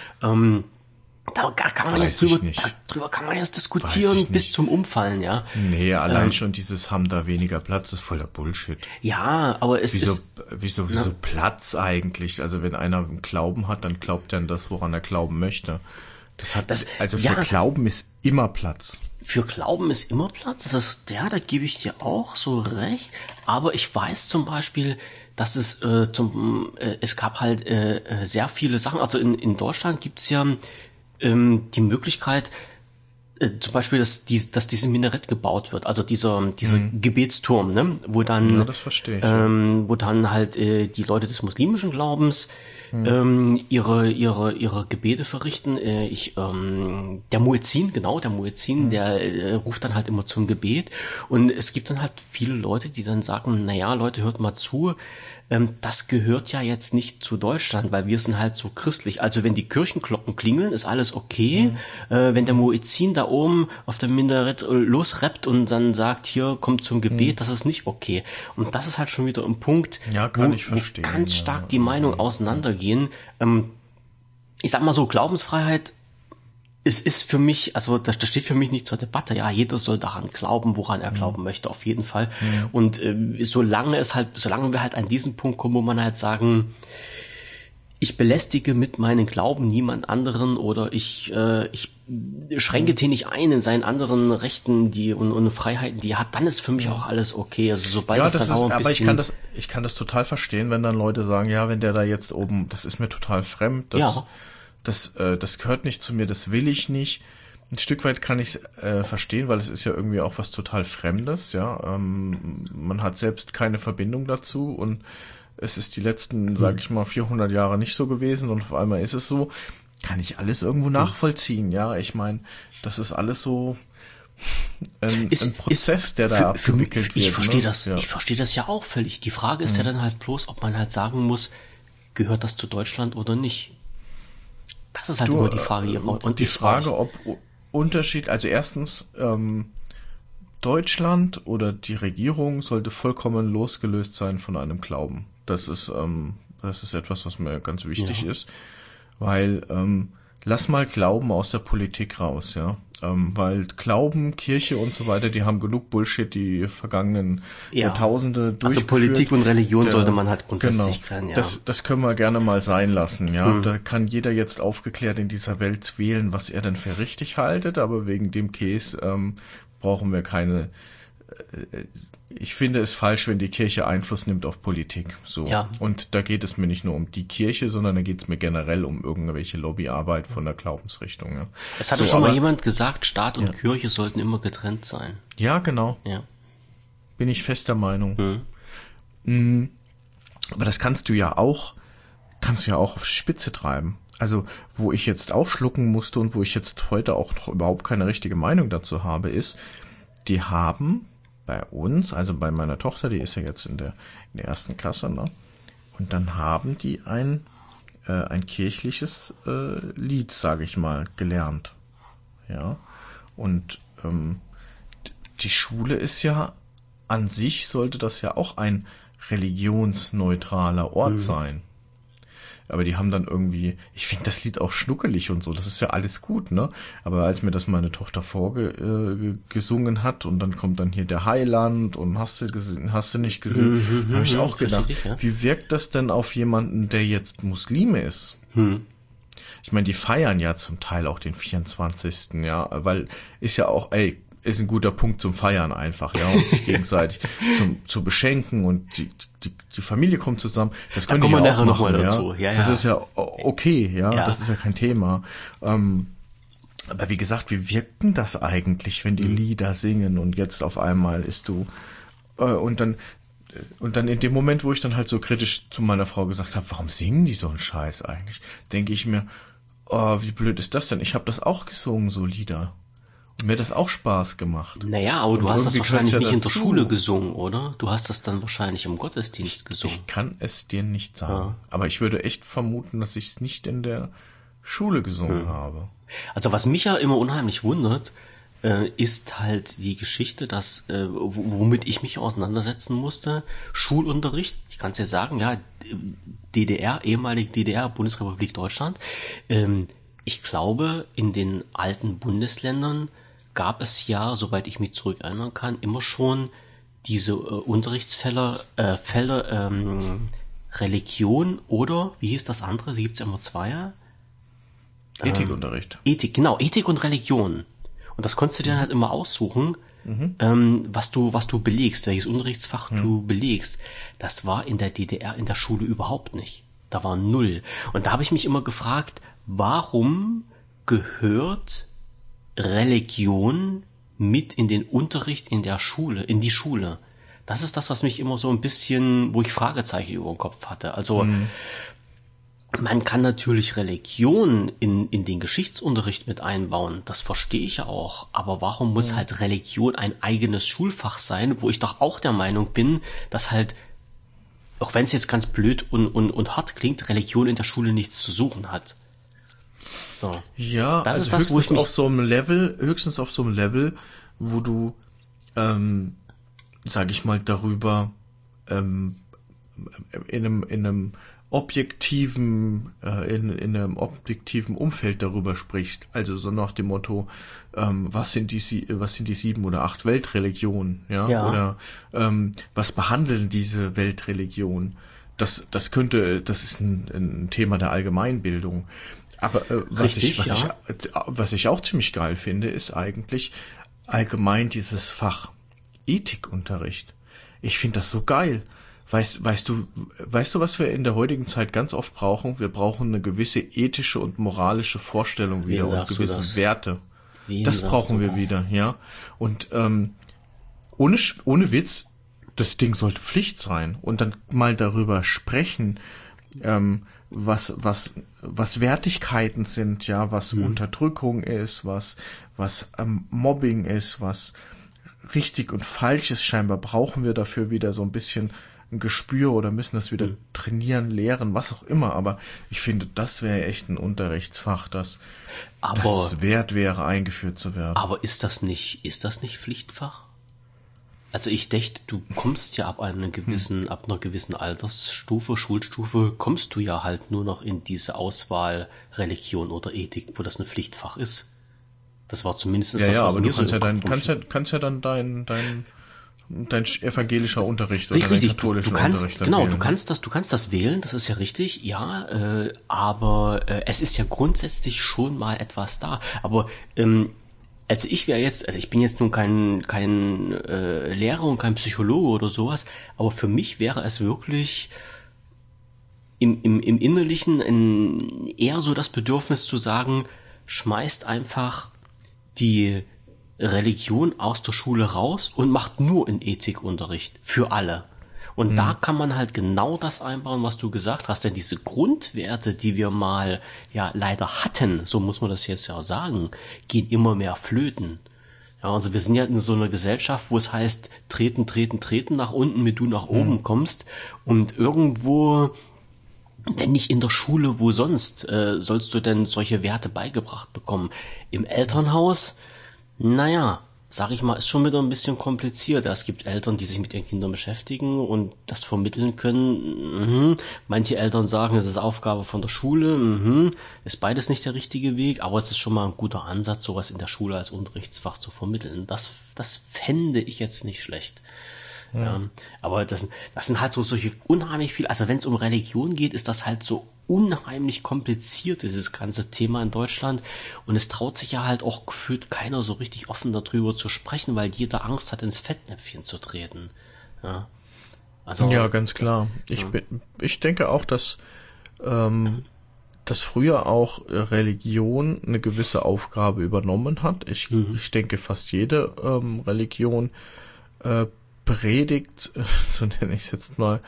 Da kann man jetzt drüber kann man jetzt diskutieren bis zum Umfallen, ja. Nee, allein schon dieses haben da weniger Platz ist voller Bullshit. Ja, aber Wieso Platz eigentlich? Also wenn einer einen Glauben hat, dann glaubt er an das, woran er glauben möchte. Für Glauben ist immer Platz. Für Glauben ist immer Platz. Da gebe ich dir auch so recht. Aber ich weiß zum Beispiel, dass es gab halt sehr viele Sachen. Also in Deutschland gibt's ja die Möglichkeit, zum Beispiel, dass dieses Minarett gebaut wird, also dieser Gebetsturm, ne, wo dann, das verstehe ich, wo dann halt die Leute des muslimischen Glaubens ihre Gebete verrichten. Der Muezzin, der ruft dann halt immer zum Gebet und es gibt dann halt viele Leute, die dann sagen, naja, Leute, hört mal zu, das gehört ja jetzt nicht zu Deutschland, weil wir sind halt so christlich. Also wenn die Kirchenglocken klingeln, ist alles okay. Wenn der Muezzin da oben auf der Minarett losrappt und dann sagt, hier, kommt zum Gebet, das ist nicht okay. Und das ist halt schon wieder ein Punkt, wo ganz stark die Meinungen auseinandergehen. Ich sag mal so, Glaubensfreiheit, es ist für mich, also das steht für mich nicht zur Debatte. Ja, jeder soll daran glauben, woran er glauben möchte, auf jeden Fall. Und solange wir halt an diesen Punkt kommen, wo man halt sagen, ich belästige mit meinem Glauben niemand anderen oder ich schränke den nicht ein in seinen anderen Rechten und Freiheiten, die er hat, dann ist für mich auch alles okay. Also sobald das dann auch ein bisschen... Aber ich kann das total verstehen, wenn dann Leute sagen, ja, wenn der da jetzt oben, das ist mir total fremd, das gehört nicht zu mir, das will ich nicht. Ein Stück weit kann ich es verstehen, weil es ist ja irgendwie auch was total Fremdes, ja. Man hat selbst keine Verbindung dazu und es ist die letzten, sage ich mal, 400 Jahre nicht so gewesen und auf einmal ist es so. Kann ich alles irgendwo nachvollziehen, ja. Ich meine, das ist alles so ein Prozess, der da abgewickelt wird. Ich verstehe ne? das, ich verstehe das ja auch völlig. Die Frage ist ja dann halt bloß, ob man halt sagen muss, gehört das zu Deutschland oder nicht? Das ist halt immer die Frage hier. Und die Frage, ob Unterschied, also erstens, Deutschland oder die Regierung sollte vollkommen losgelöst sein von einem Glauben. Das ist etwas, was mir ganz wichtig ist, weil lass mal Glauben aus der Politik raus, ja. Weil Glauben, Kirche und so weiter, die haben genug Bullshit die vergangenen Jahrtausende durchgeführt. Also Politik und Religion sollte man halt grundsätzlich kennen, ja. Das können wir gerne mal sein lassen, ja. Da kann jeder jetzt aufgeklärt in dieser Welt wählen, was er denn für richtig haltet, aber wegen dem Case brauchen wir keine. Ich finde es falsch, wenn die Kirche Einfluss nimmt auf Politik. So. Ja. Und da geht es mir nicht nur um die Kirche, sondern da geht es mir generell um irgendwelche Lobbyarbeit von der Glaubensrichtung. Ja. Es hatte schon mal jemand gesagt, Staat und Kirche sollten immer getrennt sein. Ja, genau. Ja. Bin ich fester Meinung. Aber das kannst du ja auch auf die Spitze treiben. Also, wo ich jetzt auch schlucken musste und wo ich jetzt heute auch noch überhaupt keine richtige Meinung dazu habe, ist, die haben bei uns, also bei meiner Tochter, die ist ja jetzt in der ersten Klasse, ne? Und dann haben die ein kirchliches Lied, sage ich mal, gelernt. Ja. Und die Schule ist ja, an sich sollte das ja auch ein religionsneutraler Ort sein. Aber die haben dann irgendwie, ich finde das Lied auch schnuckelig und so, das ist ja alles gut, ne? Aber als mir das meine Tochter vorgesungen hat und dann kommt dann hier der Heiland und hast du nicht gesehen, habe ich auch gedacht, wie wirkt das denn auf jemanden, der jetzt Muslime ist? Ich meine, die feiern ja zum Teil auch den 24. Ja, weil ist ja auch, ist ein guter Punkt zum Feiern einfach, ja, und sich gegenseitig zu beschenken und die Familie kommt zusammen. Das können die ja auch machen, dazu. Ja. Das ist ja okay, ja, das ist ja kein Thema. Aber wie gesagt, wie wirkt denn das eigentlich, wenn die Lieder singen und jetzt auf einmal ist du und dann in dem Moment, wo ich dann halt so kritisch zu meiner Frau gesagt habe, warum singen die so einen Scheiß eigentlich, denke ich mir, oh, wie blöd ist das denn? Ich habe das auch gesungen, so Lieder. Und mir hat das auch Spaß gemacht. Naja, aber du hast das wahrscheinlich nicht in der Schule gesungen, oder? Du hast das dann wahrscheinlich im Gottesdienst gesungen. Ich kann es dir nicht sagen. Aber ich würde echt vermuten, dass ich es nicht in der Schule gesungen habe. Also was mich ja immer unheimlich wundert, ist halt die Geschichte, dass womit ich mich auseinandersetzen musste. Schulunterricht, ich kann es ja sagen, ja, DDR, ehemalige DDR, Bundesrepublik Deutschland. Ich glaube, in den alten Bundesländern gab es ja, soweit ich mich zurückerinnern kann, immer schon diese Unterrichtsfelder, Religion oder, wie hieß das andere? Da gibt's ja immer zwei. Ethikunterricht. Ethik und Religion. Und das konntest du dir halt immer aussuchen, was du belegst, welches Unterrichtsfach du belegst. Das war in der DDR in der Schule überhaupt nicht. Da war 0. Und da habe ich mich immer gefragt, warum gehört Religion mit in den Unterricht in der Schule, in die Schule? Das ist das, was mich immer so ein bisschen, wo ich Fragezeichen über den Kopf hatte. Also man kann natürlich Religion in den Geschichtsunterricht mit einbauen, das verstehe ich ja auch. Aber warum muss halt Religion ein eigenes Schulfach sein, wo ich doch auch der Meinung bin, dass halt, auch wenn es jetzt ganz blöd und hart klingt, Religion in der Schule nichts zu suchen hat. So. Ja, das also ist das, wo ich mich höchstens auf so einem Level, wo du, sag ich mal, darüber in einem objektiven Umfeld darüber sprichst. Also so nach dem Motto, was sind die 7 oder 8 Weltreligionen, ja? Oder was behandeln diese Weltreligionen? Das ist ein Thema der Allgemeinbildung. Aber was ich auch ziemlich geil finde, ist eigentlich allgemein dieses Fach Ethikunterricht. Ich finde das so geil. Weißt du, was wir in der heutigen Zeit ganz oft brauchen? Wir brauchen eine gewisse ethische und moralische Vorstellung wieder und gewisse Werte. Das brauchen wir wieder, ja. Und ohne Witz, das Ding sollte Pflicht sein. Und dann mal darüber sprechen, was Wertigkeiten sind, ja, was Unterdrückung ist, was Mobbing ist, was richtig und falsch ist. Scheinbar brauchen wir dafür wieder so ein bisschen ein Gespür oder müssen das wieder trainieren, lehren, was auch immer. Aber ich finde, das wäre echt ein Unterrichtsfach, das wert wäre, eingeführt zu werden. Aber ist das nicht Pflichtfach? Also ich dachte, du kommst ja ab einer gewissen Altersstufe, Schulstufe, kommst du ja halt nur noch in diese Auswahl Religion oder Ethik, wo das ein Pflichtfach ist. Das war zumindest das, was aber du kannst ja dann dein evangelischer Unterricht oder dein katholischer Unterricht genau, wählen. Du kannst das wählen, das ist ja richtig, ja, aber es ist ja grundsätzlich schon mal etwas da. Aber ich bin jetzt nun kein Lehrer und kein Psychologe oder sowas, aber für mich wäre es wirklich im Innerlichen eher so das Bedürfnis zu sagen, schmeißt einfach die Religion aus der Schule raus und macht nur einen Ethikunterricht für alle. Und da kann man halt genau das einbauen, was du gesagt hast, denn diese Grundwerte, die wir mal ja leider hatten, so muss man das jetzt ja sagen, gehen immer mehr flöten. Ja, also wir sind ja in so einer Gesellschaft, wo es heißt, treten nach unten, damit du nach oben kommst, und irgendwo, denn nicht in der Schule, wo sonst sollst du denn solche Werte beigebracht bekommen? Im Elternhaus? Naja, sag ich mal, ist schon wieder ein bisschen kompliziert. Es gibt Eltern, die sich mit ihren Kindern beschäftigen und das vermitteln können. Manche Eltern sagen, es ist Aufgabe von der Schule. Ist beides nicht der richtige Weg, aber es ist schon mal ein guter Ansatz, sowas in der Schule als Unterrichtsfach zu vermitteln. Das fände ich jetzt nicht schlecht. Ja, aber das sind halt so solche unheimlich viel, also wenn es um Religion geht, ist das halt so unheimlich kompliziert, dieses ganze Thema in Deutschland, und es traut sich ja halt auch gefühlt keiner so richtig offen darüber zu sprechen, weil jeder Angst hat, ins Fettnäpfchen zu treten. Ja, also, ja, ganz klar. Ich denke auch, dass früher auch Religion eine gewisse Aufgabe übernommen hat. Ich denke, fast jede Religion predigt, so nenne ich es jetzt mal,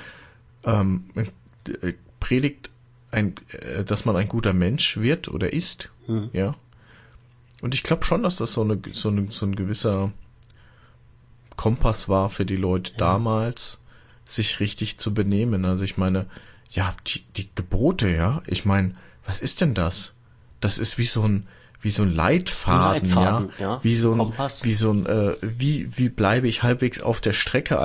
predigt dass man ein guter Mensch wird oder ist, ja. Und ich glaube schon, dass das so ein gewisser Kompass war für die Leute damals, sich richtig zu benehmen. Also ich meine, ja, die Gebote, ja. Ich meine, was ist denn das? Das ist wie so ein Leitfaden, ja. Wie bleibe ich halbwegs auf der Strecke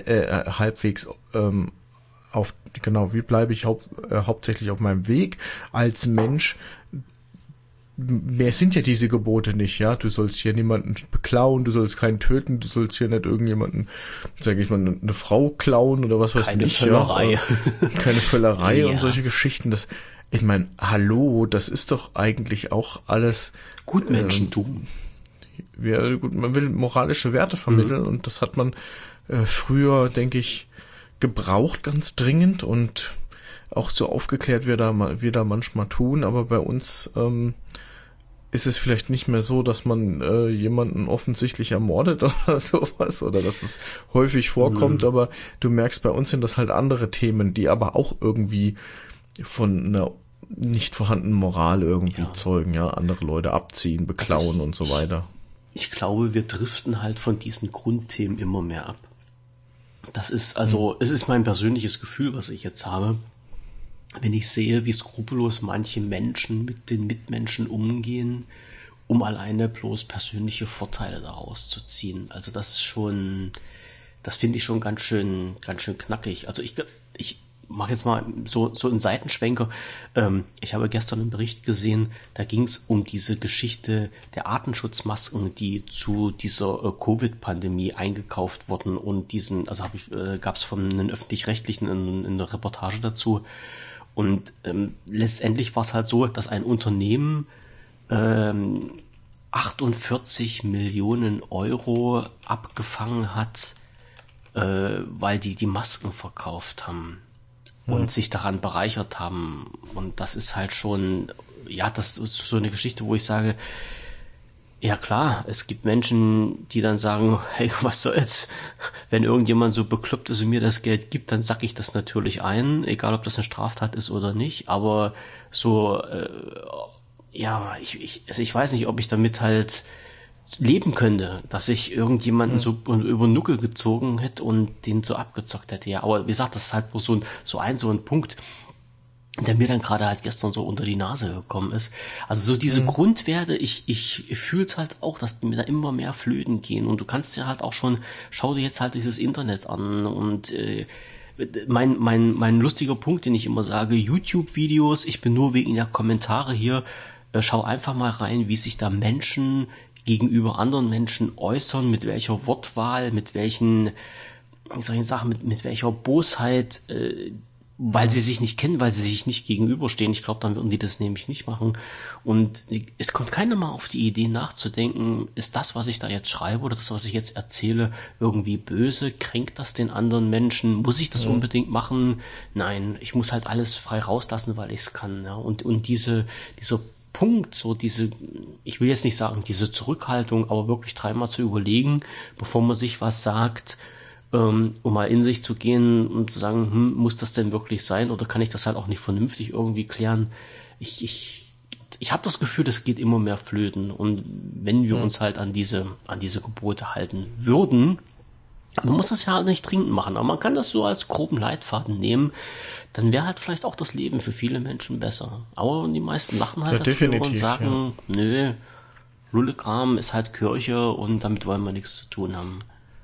wie bleibe ich hauptsächlich auf meinem Weg als Mensch? Mehr sind ja diese Gebote nicht, ja. Du sollst hier niemanden beklauen, du sollst keinen töten, du sollst hier nicht irgendjemanden, sage ich mal, eine Frau klauen oder was weiß ich. Völlerei. Ja. Keine Völlerei Ja. und solche Geschichten. Ich meine, hallo, das ist doch eigentlich auch alles Gutmenschentum. Ja, gut, man will moralische Werte vermitteln und das hat man früher, denke ich, gebraucht ganz dringend und auch so aufgeklärt wir da manchmal tun, aber bei uns ist es vielleicht nicht mehr so, dass man jemanden offensichtlich ermordet oder sowas oder dass es häufig vorkommt, aber du merkst, bei uns sind das halt andere Themen, die aber auch irgendwie von einer nicht vorhandenen Moral irgendwie zeugen, ja, andere Leute abziehen, beklauen und so weiter. Ich glaube, wir driften halt von diesen Grundthemen immer mehr ab. Das ist es ist mein persönliches Gefühl, was ich jetzt habe, wenn ich sehe, wie skrupellos manche Menschen mit den Mitmenschen umgehen, um alleine bloß persönliche Vorteile daraus zu ziehen. Also das finde ich schon ganz schön knackig. Also ich mache jetzt mal so einen Seitenschwenker. Ich habe gestern einen Bericht gesehen, da ging es um diese Geschichte der Atemschutzmasken, die zu dieser Covid-Pandemie eingekauft wurden und gab es von einem Öffentlich-Rechtlichen eine Reportage dazu. Und letztendlich war es halt so, dass ein Unternehmen 48 Millionen Euro abgefangen hat, weil die Masken verkauft haben und sich daran bereichert haben. Und das ist halt schon, ja, das ist so eine Geschichte, wo ich sage, Ja klar, es gibt Menschen, die dann sagen, hey, was soll's? Wenn irgendjemand so bekloppt ist und mir das Geld gibt, dann sack ich das natürlich ein, egal ob das eine Straftat ist oder nicht. Aber so, ja, also ich weiß nicht, ob ich damit halt leben könnte, dass ich irgendjemanden so über den Nuckel gezogen hätte und den so abgezockt hätte. Ja, aber wie gesagt, das ist halt bloß so ein Punkt, der mir dann gerade halt gestern so unter die Nase gekommen ist. Also so diese Grundwerte, ich fühle es halt auch, dass mir da immer mehr flöten gehen. Und du kannst ja halt auch schon, schau dir jetzt halt dieses Internet an und mein lustiger Punkt, den ich immer sage, YouTube-Videos, ich bin nur wegen der Kommentare hier, schau einfach mal rein, wie sich da Menschen gegenüber anderen Menschen äußern, mit welcher Wortwahl, mit welchen, solchen Sachen, mit welcher Bosheit, weil sie sich nicht kennen, weil sie sich nicht gegenüberstehen. Ich glaube, dann würden die das nämlich nicht machen. Und es kommt keiner mal auf die Idee nachzudenken, ist das, was ich da jetzt schreibe oder das, was ich jetzt erzähle, irgendwie böse? Kränkt das den anderen Menschen? Muss ich das unbedingt machen? Nein, ich muss halt alles frei rauslassen, weil ich es kann. Ja? Und dieser Punkt, so diese, ich will jetzt nicht sagen, diese Zurückhaltung, aber wirklich dreimal zu überlegen, bevor man sich was sagt, um mal in sich zu gehen und zu sagen, muss das denn wirklich sein oder kann ich das halt auch nicht vernünftig irgendwie klären? Ich habe das Gefühl, das geht immer mehr flöten und wenn wir uns halt an diese Gebote halten würden, man muss das ja halt nicht dringend machen, aber man kann das so als groben Leitfaden nehmen, dann wäre halt vielleicht auch das Leben für viele Menschen besser. Aber die meisten lachen halt darüber und sagen, nö, Lullegram ist halt Kirche und damit wollen wir nichts zu tun haben.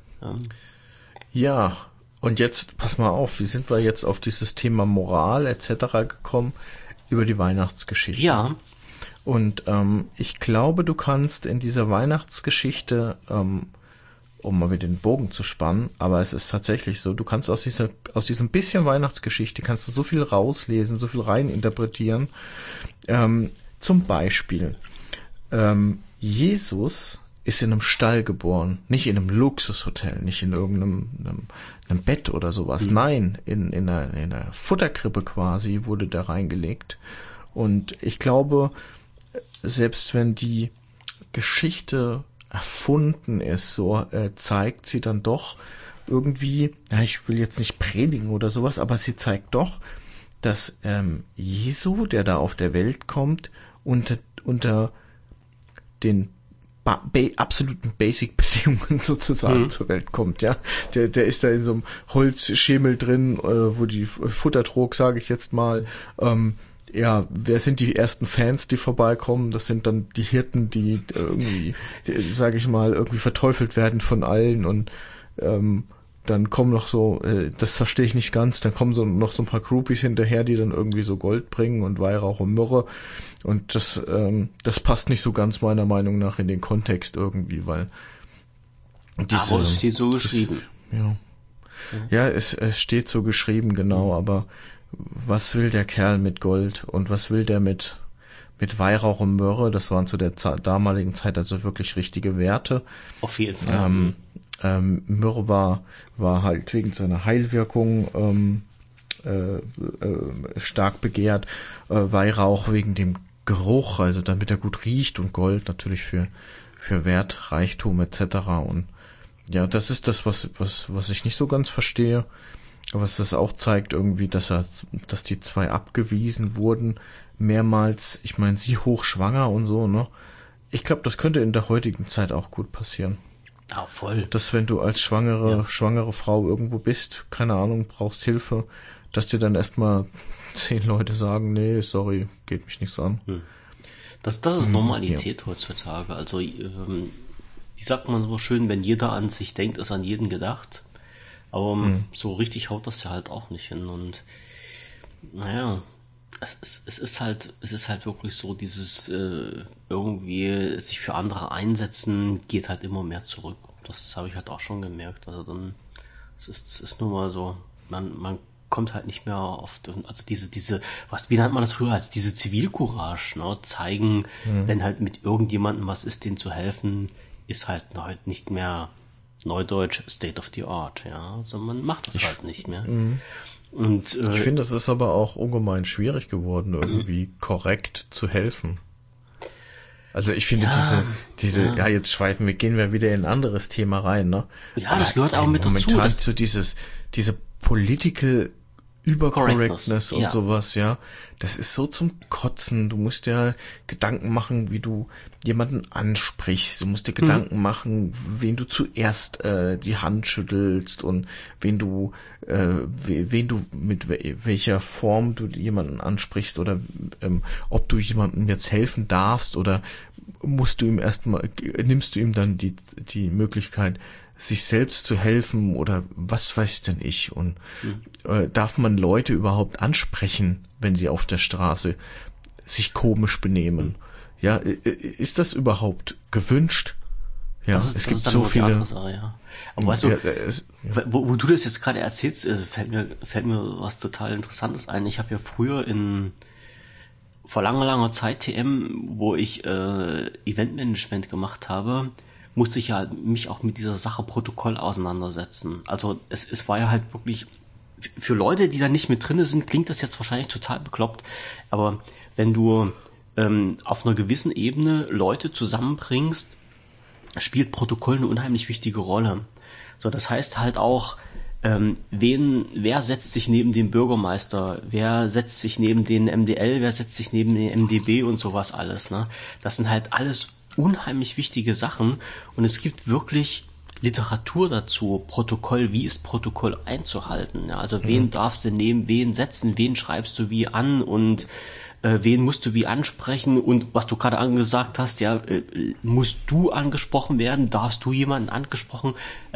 Ja, und jetzt, pass mal auf, wie sind wir jetzt auf dieses Thema Moral etc. gekommen? Über die Weihnachtsgeschichte. Ja. Und ich glaube, du kannst in dieser Weihnachtsgeschichte, um mal wieder den Bogen zu spannen, aber es ist tatsächlich so, du kannst aus diesem bisschen Weihnachtsgeschichte, kannst du so viel rauslesen, so viel reininterpretieren. Zum Beispiel, Jesus ist in einem Stall geboren, nicht in einem Luxushotel, nicht in irgendeinem einem Bett oder sowas. Nein, in einer Futterkrippe quasi wurde der reingelegt. Und ich glaube, selbst wenn die Geschichte erfunden ist, so zeigt sie dann doch irgendwie, ja, ich will jetzt nicht predigen oder sowas, aber sie zeigt doch, dass Jesu, der da auf der Welt kommt, unter den absoluten Basic-Bedingungen sozusagen zur Welt kommt, ja. Der ist da in so einem Holzschemel drin, wo die Futtertrog, sage ich jetzt mal, ja, wer sind die ersten Fans, die vorbeikommen? Das sind dann die Hirten, die irgendwie, sage ich mal, irgendwie verteufelt werden von allen und dann kommen noch so, das verstehe ich nicht ganz, dann kommen noch so ein paar Groupies hinterher, die dann irgendwie so Gold bringen und Weihrauch und Myrrhe und das passt nicht so ganz meiner Meinung nach in den Kontext irgendwie, weil aber es steht so geschrieben. Ja, es steht so geschrieben, genau, aber was will der Kerl mit Gold und was will der mit Weihrauch und Myrrhe? Das waren zu der damaligen Zeit also wirklich richtige Werte. Auf jeden Fall. Myrrhe war halt wegen seiner Heilwirkung stark begehrt. Weihrauch wegen dem Geruch, also damit er gut riecht, und Gold natürlich für Wert, Reichtum etc. Und ja, das ist das, was ich nicht so ganz verstehe. Was das auch zeigt irgendwie, dass die zwei abgewiesen wurden, mehrmals, ich meine, sie hochschwanger und so, ne? Ich glaube, das könnte in der heutigen Zeit auch gut passieren. Ah, voll. Dass wenn du als schwangere Frau irgendwo bist, keine Ahnung, brauchst Hilfe, dass dir dann erstmal 10 Leute sagen, nee, sorry, geht mich nichts an. Das ist Normalität heutzutage. Also, wie sagt man so schön, wenn jeder an sich denkt, ist an jeden gedacht. Aber so richtig haut das ja halt auch nicht hin. Und naja, es ist halt wirklich so, dieses irgendwie sich für andere einsetzen, geht halt immer mehr zurück. Das habe ich halt auch schon gemerkt. Also dann, es ist nur mal so, man kommt halt nicht mehr auf, also diese, wie nennt man das früher, als diese Zivilcourage, ne, zeigen, wenn halt mit irgendjemandem was ist, denen zu helfen, ist halt heute nicht mehr Neudeutsch State of the Art, ja, also man macht das halt nicht mehr. Und ich finde, es ist aber auch ungemein schwierig geworden, irgendwie korrekt zu helfen. Also ich finde ja, jetzt gehen wir wieder in ein anderes Thema rein, ne? Ja, das gehört auch mit dazu. Momentan zu diese Political Übercorrectness und sowas, ja. Das ist so zum Kotzen. Du musst dir Gedanken machen, wie du jemanden ansprichst. Du musst dir Gedanken machen, wen du zuerst die Hand schüttelst und wen du mit welcher Form du jemanden ansprichst oder ob du jemandem jetzt helfen darfst oder nimmst du ihm dann die Möglichkeit, sich selbst zu helfen oder was weiß denn ich und darf man Leute überhaupt ansprechen, wenn sie auf der Straße sich komisch benehmen? Ja, ist das überhaupt gewünscht? Ja, es gibt so viele. Sache, ja. Aber weißt du, wo du das jetzt gerade erzählst, fällt mir was total Interessantes ein. Ich habe ja früher vor langer Zeit TM, wo ich Eventmanagement gemacht habe, musste ich ja mich auch mit dieser Sache Protokoll auseinandersetzen. Also es war ja halt wirklich, für Leute, die da nicht mit drinne sind, klingt das jetzt wahrscheinlich total bekloppt, aber wenn du auf einer gewissen Ebene Leute zusammenbringst, spielt Protokoll eine unheimlich wichtige Rolle. So, das heißt halt auch, wer setzt sich neben den Bürgermeister, wer setzt sich neben den MDL, wer setzt sich neben den MdB und sowas alles, ne? Das sind halt alles unheimlich wichtige Sachen und es gibt wirklich Literatur dazu, Protokoll, wie ist Protokoll einzuhalten, ja? Also wen darfst du nehmen, wen setzen, wen schreibst du wie an und wen musst du wie ansprechen und was du gerade angesagt hast, ja, musst du angesprochen werden, darfst du jemanden ansprechen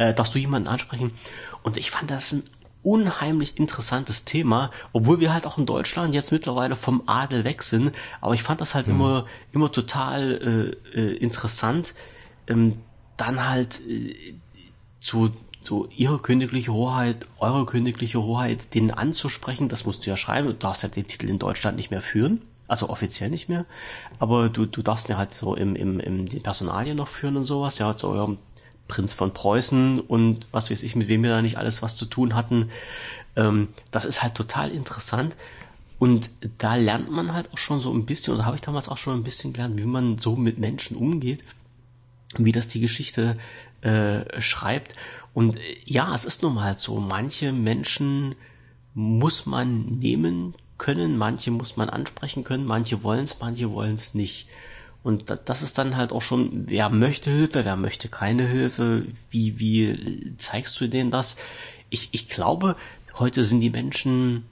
und ich fand das ein unheimlich interessantes Thema, obwohl wir halt auch in Deutschland jetzt mittlerweile vom Adel weg sind, aber ich fand das halt immer total interessant, dann halt so ihre königliche Hoheit, eure königliche Hoheit, denen anzusprechen, das musst du ja schreiben, du darfst ja den Titel in Deutschland nicht mehr führen, also offiziell nicht mehr, aber du darfst ja halt so im den Personalien noch führen und sowas, ja, zu eurem Prinz von Preußen und was weiß ich, mit wem wir da nicht alles was zu tun hatten. Das ist halt total interessant und da lernt man halt auch schon so ein bisschen, oder habe ich damals auch schon ein bisschen gelernt, wie man so mit Menschen umgeht, wie das die Geschichte schreibt. Und ja, es ist nun mal halt so, manche Menschen muss man nehmen können, manche muss man ansprechen können, manche wollen es nicht. Und das ist dann halt auch schon, wer möchte Hilfe, wer möchte keine Hilfe, wie zeigst du denen das? Ich glaube, heute sind die Menschen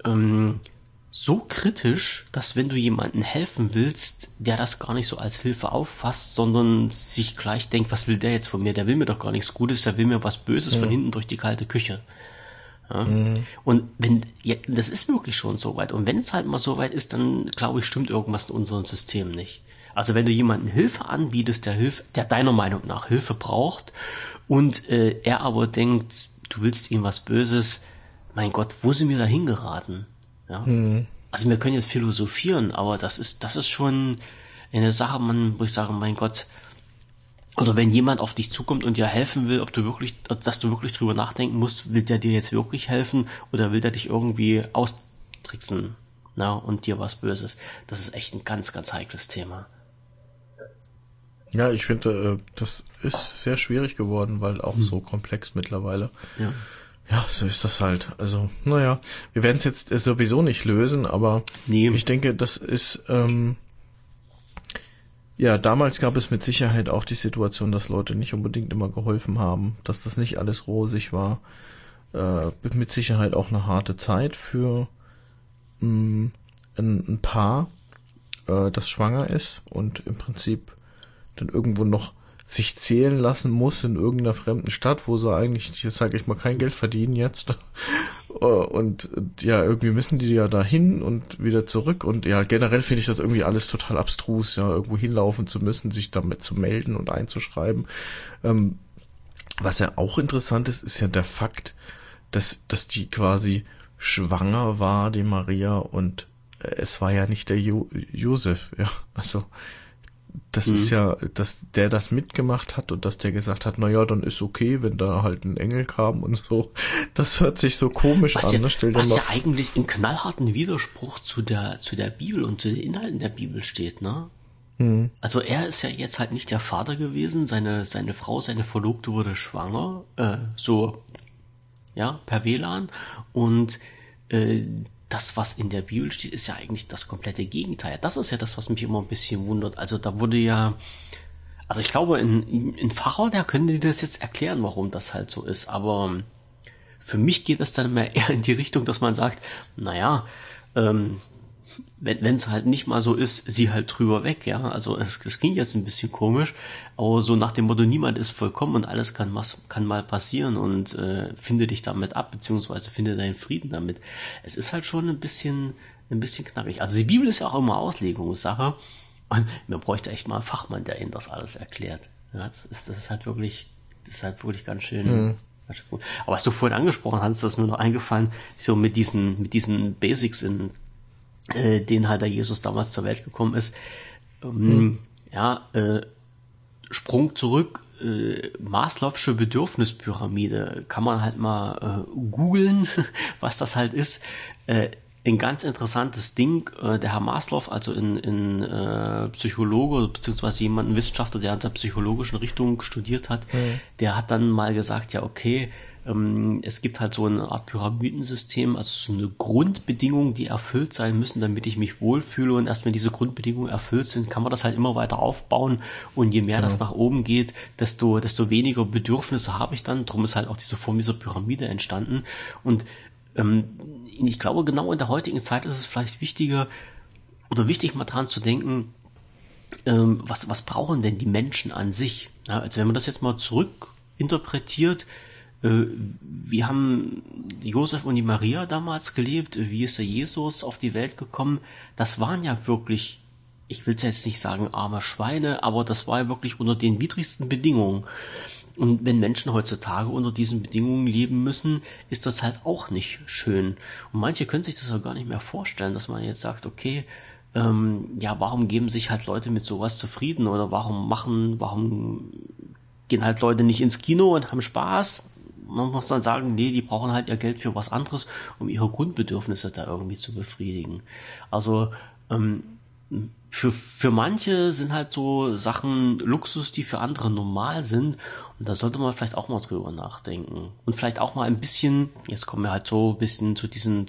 so kritisch, dass wenn du jemandem helfen willst, der das gar nicht so als Hilfe auffasst, sondern sich gleich denkt, was will der jetzt von mir? Der will mir doch gar nichts Gutes, der will mir was Böses von hinten durch die kalte Küche. Ja? Und das ist wirklich schon so weit. Und wenn es halt mal so weit ist, dann glaube ich, stimmt irgendwas in unserem System nicht. Also wenn du jemandem Hilfe anbietest, der deiner Meinung nach Hilfe braucht und er aber denkt, du willst ihm was Böses, mein Gott, wo sind wir da hingeraten? Ja? Also wir können jetzt philosophieren, aber das ist schon eine Sache, wo ich sage, mein Gott, oder wenn jemand auf dich zukommt und dir helfen will, dass du wirklich drüber nachdenken musst, will der dir jetzt wirklich helfen oder will der dich irgendwie austricksen, na, und dir was Böses? Das ist echt ein ganz, ganz heikles Thema. Ja, ich finde, das ist sehr schwierig geworden, weil auch so komplex mittlerweile. Ja. Ja, so ist das halt. Also, naja, wir werden es jetzt sowieso nicht lösen, aber ich denke, das ist, ja, damals gab es mit Sicherheit auch die Situation, dass Leute nicht unbedingt immer geholfen haben, dass das nicht alles rosig war. Mit Sicherheit auch eine harte Zeit für ein Paar, das schwanger ist und im Prinzip dann irgendwo noch sich zählen lassen muss in irgendeiner fremden Stadt, wo sie eigentlich, jetzt sage ich mal, kein Geld verdienen jetzt. Und ja, irgendwie müssen die ja dahin und wieder zurück. Und ja, generell finde ich das irgendwie alles total abstrus, ja, irgendwo hinlaufen zu müssen, sich damit zu melden und einzuschreiben. Was ja auch interessant ist, ist ja der Fakt, dass die quasi schwanger war, die Maria, und es war ja nicht der Josef, ja, also das ist ja, dass der das mitgemacht hat und dass der gesagt hat, na ja, dann ist okay, wenn da halt ein Engel kam und so. Das hört sich so komisch an. Was ja eigentlich in knallharten Widerspruch zu der Bibel und zu den Inhalten der Bibel steht, ne? Also er ist ja jetzt halt nicht der Vater gewesen, seine Frau, seine Verlobte wurde schwanger, per WLAN und das, was in der Bibel steht, ist ja eigentlich das komplette Gegenteil. Das ist ja das, was mich immer ein bisschen wundert. Also da wurde ja, also ich glaube, ein Pfarrer, der könnte dir das jetzt erklären, warum das halt so ist, aber für mich geht es dann mehr eher in die Richtung, dass man sagt, naja, wenn es halt nicht mal so ist, sieh halt drüber weg, ja. Also es klingt jetzt ein bisschen komisch, aber so nach dem Motto, niemand ist vollkommen und alles kann mal passieren und finde dich damit ab, beziehungsweise finde deinen Frieden damit. Es ist halt schon ein bisschen knackig. Also die Bibel ist ja auch immer Auslegungssache und man bräuchte echt mal einen Fachmann, der ihnen das alles erklärt. Ja, das ist halt wirklich ganz schön. Aber was du vorhin angesprochen hast, das ist mir noch eingefallen, so mit diesen Basics in denen halt der Jesus damals zur Welt gekommen ist. Sprung zurück, Maslow'sche Bedürfnispyramide, kann man halt mal googeln, was das halt ist. Ein ganz interessantes Ding, der Herr Maslow, also in Psychologe, beziehungsweise jemand, ein Wissenschaftler, der in der psychologischen Richtung studiert hat, der hat dann mal gesagt, ja okay, es gibt halt so eine Art Pyramidensystem, also so eine Grundbedingung, die erfüllt sein müssen, damit ich mich wohlfühle, und erst wenn diese Grundbedingungen erfüllt sind, kann man das halt immer weiter aufbauen, und je mehr das nach oben geht, desto weniger Bedürfnisse habe ich dann. Drum ist halt auch diese Form dieser Pyramide entstanden, und ich glaube, genau in der heutigen Zeit ist es vielleicht wichtig mal dran zu denken, was brauchen denn die Menschen an sich? Ja, also wenn man das jetzt mal zurück interpretiert, wie haben Josef und die Maria damals gelebt? Wie ist der Jesus auf die Welt gekommen? Das waren ja wirklich, ich will jetzt nicht sagen arme Schweine, aber das war ja wirklich unter den widrigsten Bedingungen. Und wenn Menschen heutzutage unter diesen Bedingungen leben müssen, ist das halt auch nicht schön. Und manche können sich das ja gar nicht mehr vorstellen, dass man jetzt sagt, okay, warum geben sich halt Leute mit sowas zufrieden? Oder warum gehen halt Leute nicht ins Kino und haben Spaß? Man muss dann sagen, nee, die brauchen halt ihr Geld für was anderes, um ihre Grundbedürfnisse da irgendwie zu befriedigen. Also für manche sind halt so Sachen Luxus, die für andere normal sind. Und da sollte man vielleicht auch mal drüber nachdenken. Und vielleicht auch mal ein bisschen, jetzt kommen wir halt so ein bisschen zu diesen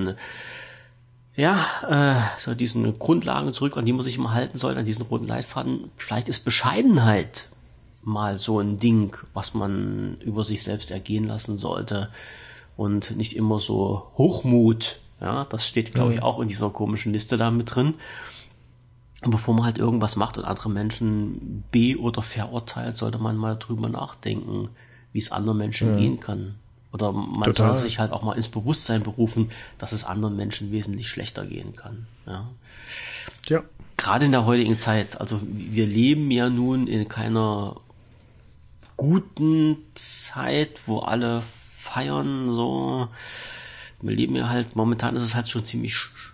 Grundlagen zurück, an die man sich immer halten soll, an diesen roten Leitfaden. Vielleicht ist Bescheidenheit mal so ein Ding, was man über sich selbst ergehen lassen sollte, und nicht immer so Hochmut. Ja, das steht, glaube ich, auch in dieser komischen Liste da mit drin. Und bevor man halt irgendwas macht und andere Menschen oder verurteilt, sollte man mal drüber nachdenken, wie es anderen Menschen gehen kann. Oder man sollte sich halt auch mal ins Bewusstsein berufen, dass es anderen Menschen wesentlich schlechter gehen kann. Ja. Gerade in der heutigen Zeit. Also wir leben ja nun in keiner guten Zeit, wo alle feiern, so. Wir leben ja halt, momentan ist es halt schon ziemlich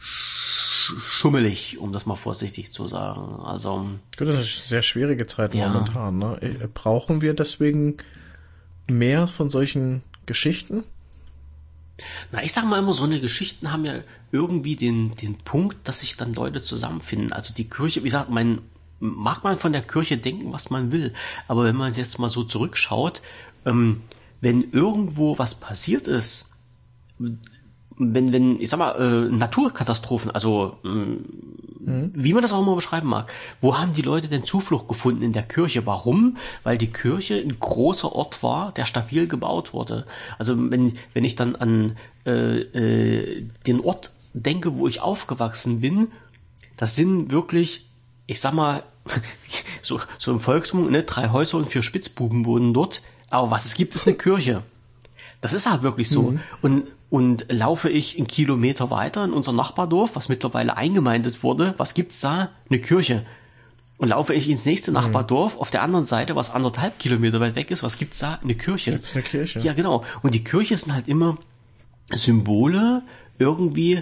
schummelig, um das mal vorsichtig zu sagen. Also. Gut, das ist eine sehr schwierige Zeit momentan, ne? Brauchen wir deswegen mehr von solchen Geschichten? Na, ich sag mal immer, so eine Geschichten haben ja irgendwie den Punkt, dass sich dann Leute zusammenfinden. Also die Kirche, wie gesagt, mag man von der Kirche denken, was man will, aber wenn man jetzt mal so zurückschaut, wenn irgendwo was passiert ist, wenn ich sag mal, Naturkatastrophen, also wie man das auch immer beschreiben mag, wo haben die Leute denn Zuflucht gefunden? In der Kirche. Warum? Weil die Kirche ein großer Ort war, der stabil gebaut wurde. Also wenn ich dann an den Ort denke, wo ich aufgewachsen bin, das sind wirklich, ich sag mal, so im Volksmund, ne, 3 Häuser und 4 Spitzbuben wohnen dort, aber was es gibt, ist eine Kirche. Das ist halt wirklich so. Und laufe ich 1 Kilometer weiter in unser Nachbardorf, was mittlerweile eingemeindet wurde, was gibt's da? Eine Kirche. Und laufe ich ins nächste Nachbardorf, auf der anderen Seite, was 1,5 Kilometer weit weg ist, was gibt's da? Eine Kirche. Gibt's eine Kirche? Ja, genau. Und die Kirche sind halt immer Symbole irgendwie,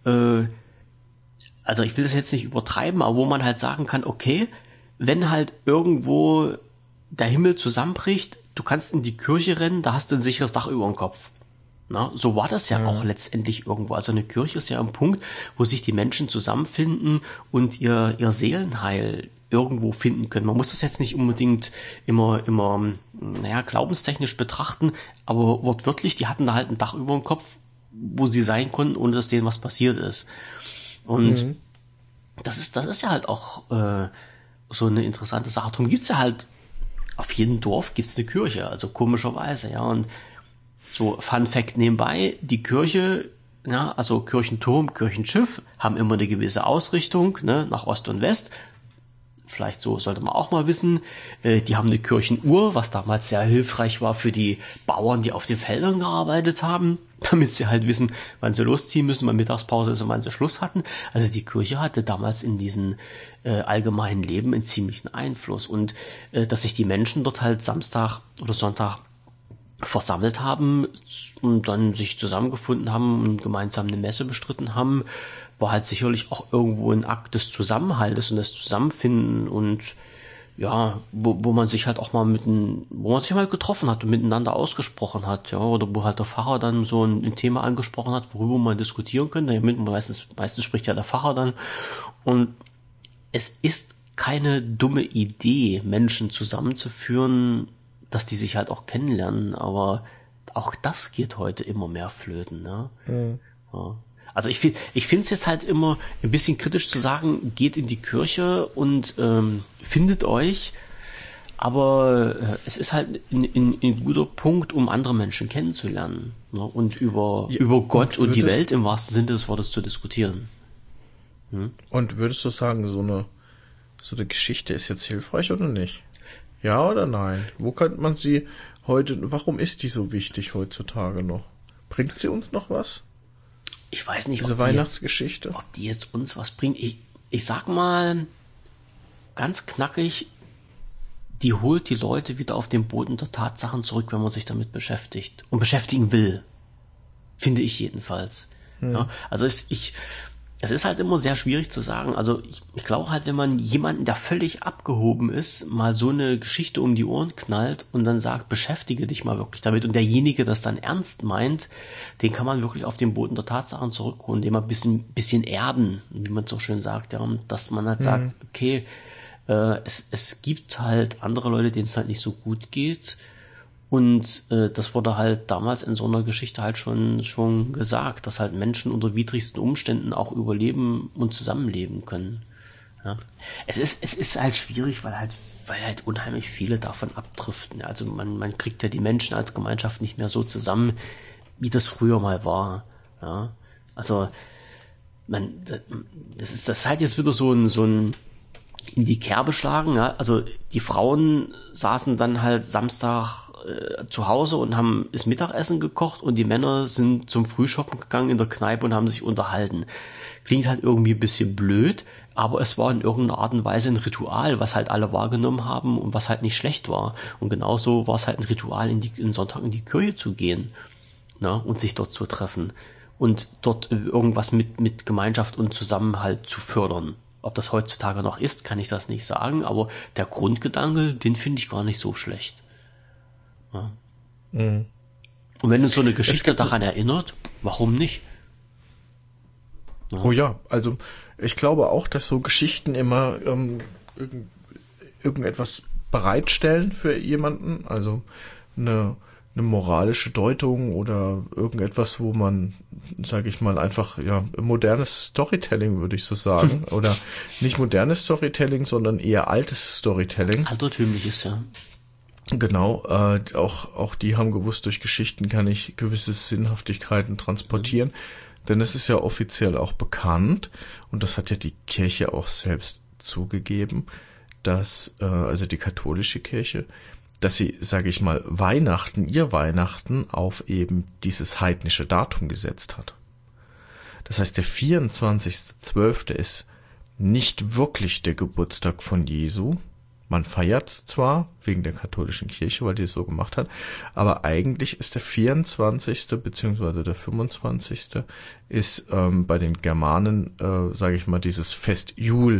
also ich will das jetzt nicht übertreiben, aber wo man halt sagen kann, okay, wenn halt irgendwo der Himmel zusammenbricht, du kannst in die Kirche rennen, da hast du ein sicheres Dach über dem Kopf. Na, so war das ja auch letztendlich irgendwo. Also eine Kirche ist ja ein Punkt, wo sich die Menschen zusammenfinden und ihr Seelenheil irgendwo finden können. Man muss das jetzt nicht unbedingt immer, glaubenstechnisch betrachten, aber wortwörtlich, die hatten da halt ein Dach über dem Kopf, wo sie sein konnten, ohne dass denen was passiert ist. Und das ist ja halt auch so eine interessante Sache. Darum gibt's ja halt, auf jedem Dorf gibt's eine Kirche, also komischerweise, ja. Und so Fun Fact nebenbei, die Kirche, ja, also Kirchenturm, Kirchenschiff, haben immer eine gewisse Ausrichtung, ne, nach Ost und West. Vielleicht so sollte man auch mal wissen. Die haben eine Kirchenuhr, was damals sehr hilfreich war für die Bauern, die auf den Feldern gearbeitet haben, damit sie halt wissen, wann sie losziehen müssen, wann Mittagspause ist und wann sie Schluss hatten. Also die Kirche hatte damals in diesem allgemeinen Leben einen ziemlichen Einfluss. Und dass sich die Menschen dort halt Samstag oder Sonntag versammelt haben und dann sich zusammengefunden haben und gemeinsam eine Messe bestritten haben, war halt sicherlich auch irgendwo ein Akt des Zusammenhaltes und des Zusammenfinden und ja, wo man sich halt auch mal wo man sich mal getroffen hat und miteinander ausgesprochen hat, ja, oder wo halt der Pfarrer dann so ein Thema angesprochen hat, worüber man diskutieren könnte. Meistens spricht ja der Pfarrer dann. Und es ist keine dumme Idee, Menschen zusammenzuführen, dass die sich halt auch kennenlernen, aber auch das geht heute immer mehr flöten, ne? Ja. Also ich finde es jetzt halt immer ein bisschen kritisch zu sagen, geht in die Kirche und findet euch, aber es ist halt ein guter Punkt, um andere Menschen kennenzulernen, ne? Und über Gott und die Welt im wahrsten Sinne des Wortes zu diskutieren. Und würdest du sagen, so eine Geschichte ist jetzt hilfreich oder nicht? Ja oder nein? Wo könnte man sie heute, warum ist die so wichtig heutzutage noch? Bringt sie uns noch was? Ich weiß nicht, diese Weihnachtsgeschichte, ob die jetzt uns was bringt. Ich sag mal ganz knackig, die holt die Leute wieder auf den Boden der Tatsachen zurück, wenn man sich damit beschäftigt und beschäftigen will. Finde ich jedenfalls. Ja, also es ist halt immer sehr schwierig zu sagen. Also ich glaube halt, wenn man jemanden, der völlig abgehoben ist, mal so eine Geschichte um die Ohren knallt und dann sagt, beschäftige dich mal wirklich damit und derjenige das dann ernst meint, den kann man wirklich auf den Boden der Tatsachen zurückholen, indem man ein bisschen erden, wie man so schön sagt, ja, dass man halt sagt, okay, es gibt halt andere Leute, denen es halt nicht so gut geht. Und das wurde halt damals in so einer Geschichte halt schon gesagt, dass halt Menschen unter widrigsten Umständen auch überleben und zusammenleben können. Ja. Es ist halt schwierig, weil halt unheimlich viele davon abdriften. Also man kriegt ja die Menschen als Gemeinschaft nicht mehr so zusammen, wie das früher mal war. Ja. Also das ist halt jetzt wieder so ein in die Kerbe schlagen. Ja. Also die Frauen saßen dann halt Samstag zu Hause und haben das Mittagessen gekocht und die Männer sind zum Frühshoppen gegangen in der Kneipe und haben sich unterhalten. Klingt halt irgendwie ein bisschen blöd, aber es war in irgendeiner Art und Weise ein Ritual, was halt alle wahrgenommen haben und was halt nicht schlecht war. Und genauso war es halt ein Ritual, in Sonntag in die Kirche zu gehen, ne, und sich dort zu treffen und dort irgendwas mit Gemeinschaft und Zusammenhalt zu fördern. Ob das heutzutage noch ist, kann ich das nicht sagen, aber der Grundgedanke, den finde ich gar nicht so schlecht. Ja. Und wenn uns so eine Geschichte daran erinnert, warum nicht? Ja. Oh ja, also ich glaube auch, dass so Geschichten immer irgendetwas bereitstellen für jemanden, also eine moralische Deutung oder irgendetwas, wo man, sage ich mal, einfach, ja, modernes Storytelling, würde ich so sagen, oder nicht modernes Storytelling, sondern eher altes Storytelling. Altertümliches, ja. Genau, auch die haben gewusst, durch Geschichten kann ich gewisse Sinnhaftigkeiten transportieren, denn es ist ja offiziell auch bekannt, und das hat ja die Kirche auch selbst zugegeben, dass, also die katholische Kirche, dass sie, sage ich mal, ihr Weihnachten auf eben dieses heidnische Datum gesetzt hat. Das heißt, der 24.12. ist nicht wirklich der Geburtstag von Jesu. Man feiert es zwar wegen der katholischen Kirche, weil die es so gemacht hat, aber eigentlich ist der 24. bzw. der 25. ist bei den Germanen, sage ich mal, dieses Fest Jul,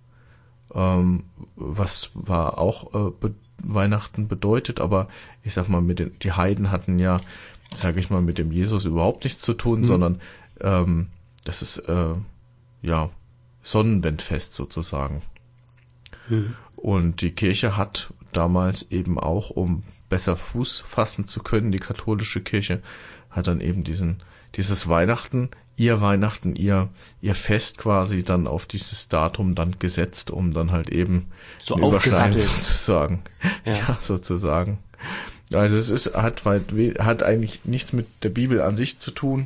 was war auch Weihnachten bedeutet, aber ich sag mal, die Heiden hatten ja, sage ich mal, mit dem Jesus überhaupt nichts zu tun, sondern das ist ja Sonnenwendfest sozusagen. Und die Kirche hat damals eben auch, um besser Fuß fassen zu können, die katholische Kirche, hat dann eben dieses Weihnachten, ihr Fest quasi dann auf dieses Datum dann gesetzt, um dann halt eben so aufgesattelt sozusagen. Ja, sozusagen. Also es hat eigentlich nichts mit der Bibel an sich zu tun.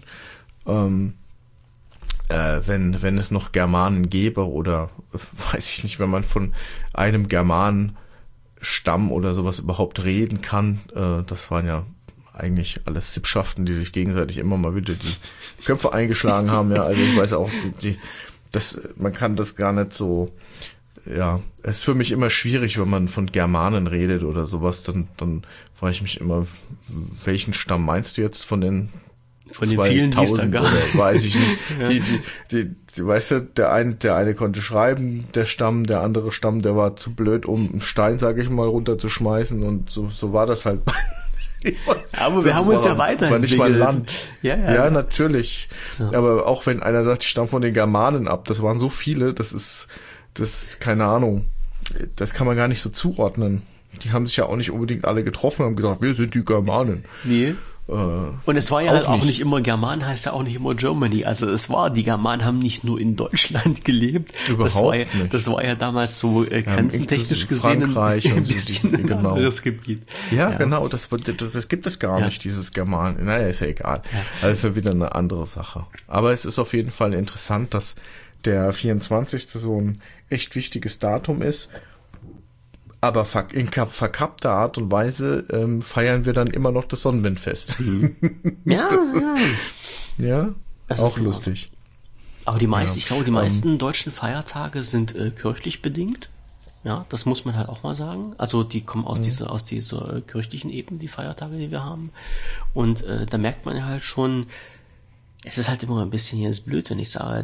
Wenn es noch Germanen gäbe oder weiß ich nicht, wenn man von einem Germanenstamm oder sowas überhaupt reden kann, das waren ja eigentlich alles Sippschaften, die sich gegenseitig immer mal wieder die Köpfe eingeschlagen haben. Ja, also ich weiß auch, man kann das gar nicht so. Ja, es ist für mich immer schwierig, wenn man von Germanen redet oder sowas. Dann frage ich mich immer, welchen Stamm meinst du jetzt von den vielen, die es da gab? Oder weiß ich nicht. Ja. Die weißt du, der eine konnte schreiben, der andere Stamm, der war zu blöd, um einen Stein, sage ich mal, runterzuschmeißen, und so war das halt. Aber wir haben uns ja weiterentwickelt. War nicht mein Land. Ja, natürlich. Ja. Aber auch wenn einer sagt, ich stamme von den Germanen ab, das waren so viele, das ist keine Ahnung, das kann man gar nicht so zuordnen. Die haben sich ja auch nicht unbedingt alle getroffen und haben gesagt, wir sind die Germanen. Nee. Und es war ja auch nicht immer German, heißt ja auch nicht immer Germany. Also die Germanen haben nicht nur in Deutschland gelebt. Überhaupt nicht. Das war ja damals so grenzentechnisch gesehen Frankreich ein bisschen ein anderes Gebiet. Ja, genau, das gibt es gar nicht, dieses German. Naja, ist ja egal. Ja. Also wieder eine andere Sache. Aber es ist auf jeden Fall interessant, dass der 24. so ein echt wichtiges Datum ist. Aber in verkappter Art und Weise feiern wir dann immer noch das Sonnenwindfest. Ja. Ja, das auch lustig. Aber ich glaube, die meisten deutschen Feiertage sind kirchlich bedingt. Ja, das muss man halt auch mal sagen. Also die kommen aus dieser kirchlichen Ebene, die Feiertage, die wir haben. Und da merkt man ja halt schon, es ist halt immer ein bisschen hier das Blöde, wenn ich sage,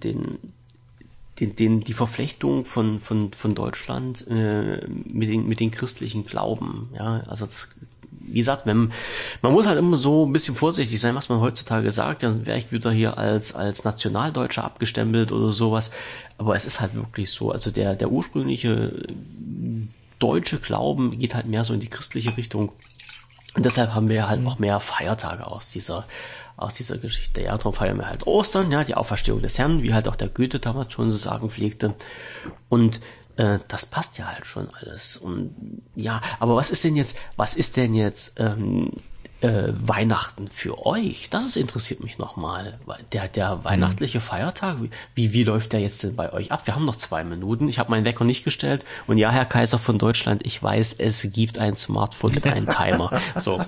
die Verflechtung von Deutschland mit den christlichen Glauben, ja, also das, wie gesagt, man muss halt immer so ein bisschen vorsichtig sein, was man heutzutage sagt, dann wäre ich wieder hier als Nationaldeutscher abgestempelt oder sowas, aber es ist halt wirklich so, also der ursprüngliche deutsche Glauben geht halt mehr so in die christliche Richtung, und deshalb haben wir halt auch mehr Feiertage aus dieser Geschichte. Ja, darum feiern wir halt Ostern, ja, die Auferstehung des Herrn, wie halt auch der Goethe damals schon so sagen pflegte. Und das passt ja halt schon alles. Und ja, aber was ist denn jetzt Weihnachten für euch? Das interessiert mich nochmal. Der weihnachtliche Feiertag, wie läuft der jetzt denn bei euch ab? Wir haben noch 2 Minuten. Ich habe meinen Wecker nicht gestellt. Und ja, Herr Kaiser von Deutschland, ich weiß, es gibt ein Smartphone mit einem Timer. So.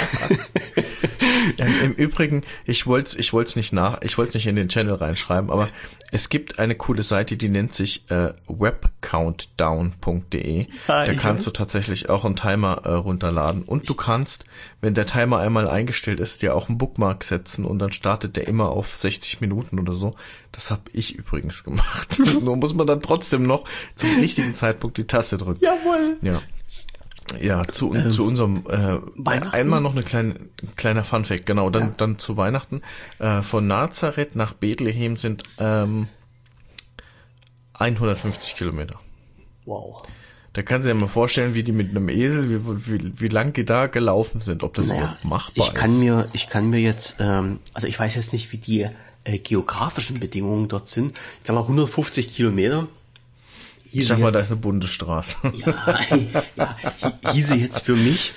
Im Übrigen, ich wollte es nicht in den Channel reinschreiben, aber es gibt eine coole Seite, die nennt sich webcountdown.de. Da kannst du tatsächlich auch einen Timer runterladen, und du kannst, wenn der Timer einmal eingestellt ist, dir auch einen Bookmark setzen, und dann startet der immer auf 60 Minuten oder so. Das habe ich übrigens gemacht. Nur muss man dann trotzdem noch zum richtigen Zeitpunkt die Taste drücken. Jawohl. Ja, zu unserem einmal noch kleiner Funfact, genau, dann zu Weihnachten. Von Nazareth nach Bethlehem sind 150 Kilometer. Wow. Da kannst du dir mal vorstellen, wie die mit einem Esel, wie lang die da gelaufen sind, ob das überhaupt machbar ist. Ich kann mir jetzt, also ich weiß jetzt nicht, wie die geografischen Bedingungen dort sind. Ich sag mal 150 Kilometer. Ich sag mal, da ist eine Bundesstraße. Hieße jetzt für mich,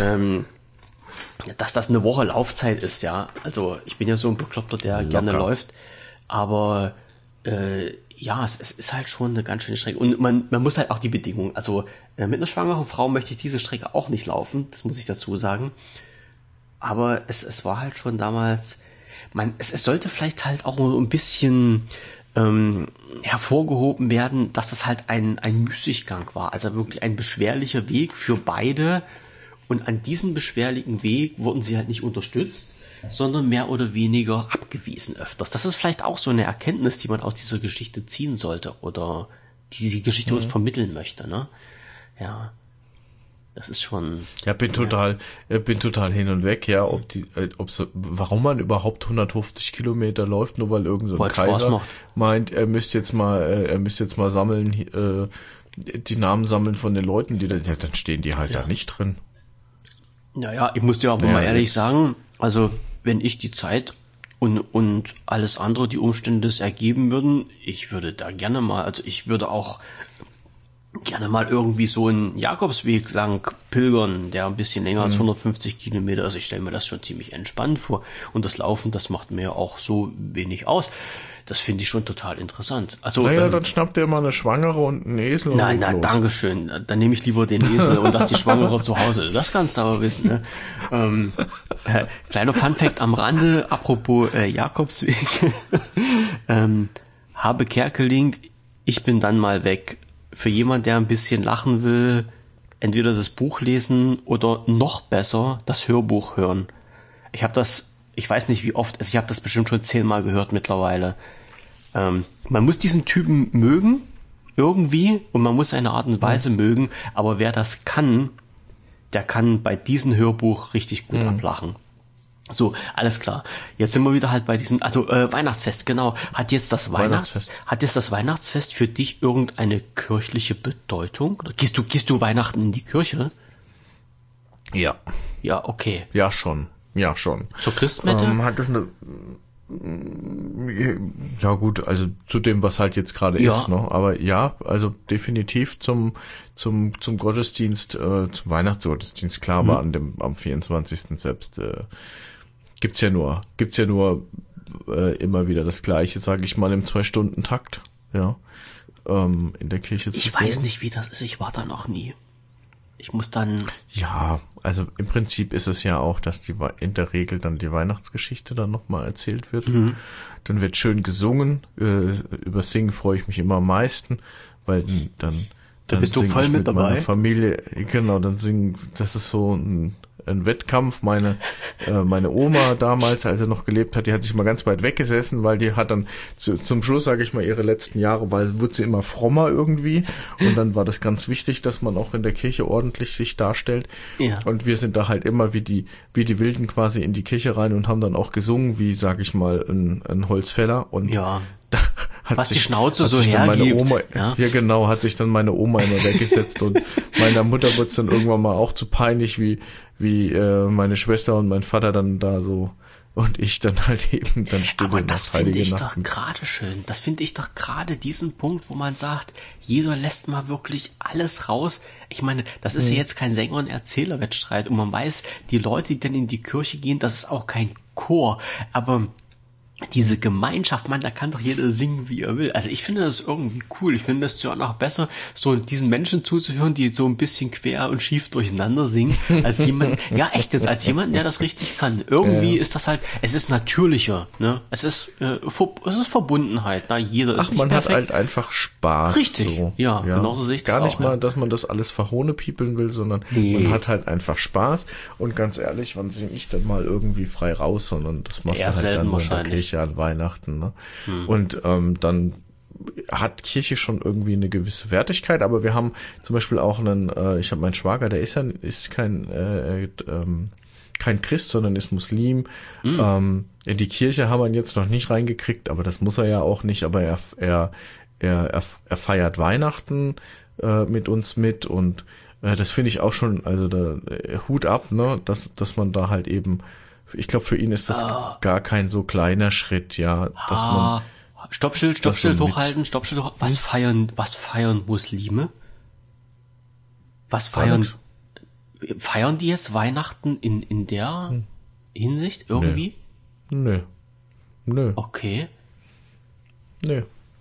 dass das eine Woche Laufzeit ist, ja. Also ich bin ja so ein Bekloppter, der gerne läuft. Aber es ist halt schon eine ganz schöne Strecke. Und man muss halt auch die Bedingungen, also mit einer schwangeren Frau möchte ich diese Strecke auch nicht laufen, das muss ich dazu sagen. Aber es war halt schon damals, es sollte vielleicht halt auch ein bisschen hervorgehoben werden, dass das halt ein Müßiggang war, also wirklich ein beschwerlicher Weg für beide, und an diesem beschwerlichen Weg wurden sie halt nicht unterstützt, sondern mehr oder weniger abgewiesen öfters. Das ist vielleicht auch so eine Erkenntnis, die man aus dieser Geschichte ziehen sollte oder die Geschichte uns vermitteln möchte, ne? Ja. Das ist schon. Ja, bin total hin und weg, ja, warum man überhaupt 150 Kilometer läuft, nur weil irgend so ein Kaiser meint, er müsste jetzt mal sammeln, die Namen sammeln von den Leuten, die da, ja, dann stehen die halt da nicht drin. Naja, ich muss dir aber mal ehrlich sagen, also wenn ich die Zeit und alles andere, die Umstände das ergeben würden, ich würde da gerne mal, also ich würde auch gerne mal irgendwie so einen Jakobsweg lang pilgern, der ein bisschen länger als 150 Kilometer ist. Ich stelle mir das schon ziemlich entspannt vor. Und das Laufen, das macht mir auch so wenig aus. Das finde ich schon total interessant. Also, naja, dann schnappt ihr mal eine Schwangere und einen Esel. Nein, dankeschön. Dann nehme ich lieber den Esel und lass die Schwangere zu Hause. Das kannst du aber wissen. Ne? Kleiner Funfact am Rande, apropos Jakobsweg. Habe Kerkeling, ich bin dann mal weg. Für jemand, der ein bisschen lachen will, entweder das Buch lesen oder noch besser das Hörbuch hören. Ich weiß nicht wie oft, also ich habe das bestimmt schon 10-mal gehört mittlerweile. Man muss diesen Typen mögen, irgendwie, und man muss seine Art und Weise mögen, aber wer das kann, der kann bei diesem Hörbuch richtig gut ablachen. So, alles klar. Jetzt sind wir wieder halt bei diesem, Weihnachtsfest, genau. Hat jetzt das Weihnachtsfest für dich irgendeine kirchliche Bedeutung? Oder gehst du Weihnachten in die Kirche? Ja. Ja, okay. Ja, schon. Zur Christmette? Hat das eine, ja gut, also zu dem, was halt jetzt gerade ist, ne? Aber ja, also definitiv zum Gottesdienst, zum Weihnachtsgottesdienst, klar, war am 24. selbst, gibt's ja nur immer wieder das Gleiche, sage ich mal, im 2-Stunden-Takt, ja, in der Kirche zu Ich singen. weiß nicht, wie das ist, ich war da noch nie. Ich muss dann... Ja, also im Prinzip ist es ja auch, dass in der Regel dann die Weihnachtsgeschichte dann nochmal erzählt wird. Mhm. Dann wird schön gesungen, über Singen freue ich mich immer am meisten, weil dann bist du voll mit dabei? Meiner Familie, genau, dann singen, das ist so ein Wettkampf. Meine Oma damals, als er noch gelebt hat, die hat sich mal ganz weit weggesessen, weil die hat dann zum Schluss, sage ich mal, ihre letzten Jahre, weil wird sie immer frommer irgendwie, und dann war das ganz wichtig, dass man auch in der Kirche ordentlich sich darstellt. Ja. Und wir sind da halt immer wie die Wilden quasi in die Kirche rein und haben dann auch gesungen, wie, sag ich mal, ein Holzfäller. Und ja. Was die Schnauze so hergibt. Ja, genau, hat sich dann meine Oma immer weggesetzt und meiner Mutter wurde es dann irgendwann mal auch zu peinlich, wie meine Schwester und mein Vater dann da so und ich dann halt eben dann still. Aber das finde ich doch gerade schön. Das finde ich doch gerade diesen Punkt, wo man sagt, jeder lässt mal wirklich alles raus. Ich meine, das ist ja jetzt kein Sänger- und Erzählerwettstreit und man weiß, die Leute, die dann in die Kirche gehen, das ist auch kein Chor, aber diese Gemeinschaft, man, da kann doch jeder singen, wie er will. Also ich finde das irgendwie cool. Ich finde das ja auch noch besser, so diesen Menschen zuzuhören, die so ein bisschen quer und schief durcheinander singen, als jemand, ja echt jetzt, als jemand, der das richtig kann. Irgendwie ist das halt, es ist natürlicher, ne? Es ist Verbundenheit, na, jeder ist nicht man perfekt. Hat halt einfach Spaß. Richtig, so. Ja, genauso sehe ich das auch. Gar nicht mal, dass man das alles verhohnepiepeln will, sondern man hat halt einfach Spaß. Und ganz ehrlich, wann singe ich denn mal irgendwie frei raus, sondern das machst du halt dann wahrscheinlich an Weihnachten, ne? Und dann hat Kirche schon irgendwie eine gewisse Wertigkeit, aber wir haben zum Beispiel auch ich habe meinen Schwager, der ist kein Christ, sondern ist Muslim. In die Kirche haben wir ihn jetzt noch nicht reingekriegt, aber das muss er ja auch nicht, aber er feiert Weihnachten mit uns mit und das finde ich auch schon, also da Hut ab, ne, dass man da halt eben, ich glaube, für ihn ist das gar kein so kleiner Schritt, ja, dass man Stoppschild hochhalten, Stoppschild hochhalten. Was feiern Muslime? Feiern die jetzt Weihnachten in der Hinsicht irgendwie? Nö. Okay. Nö.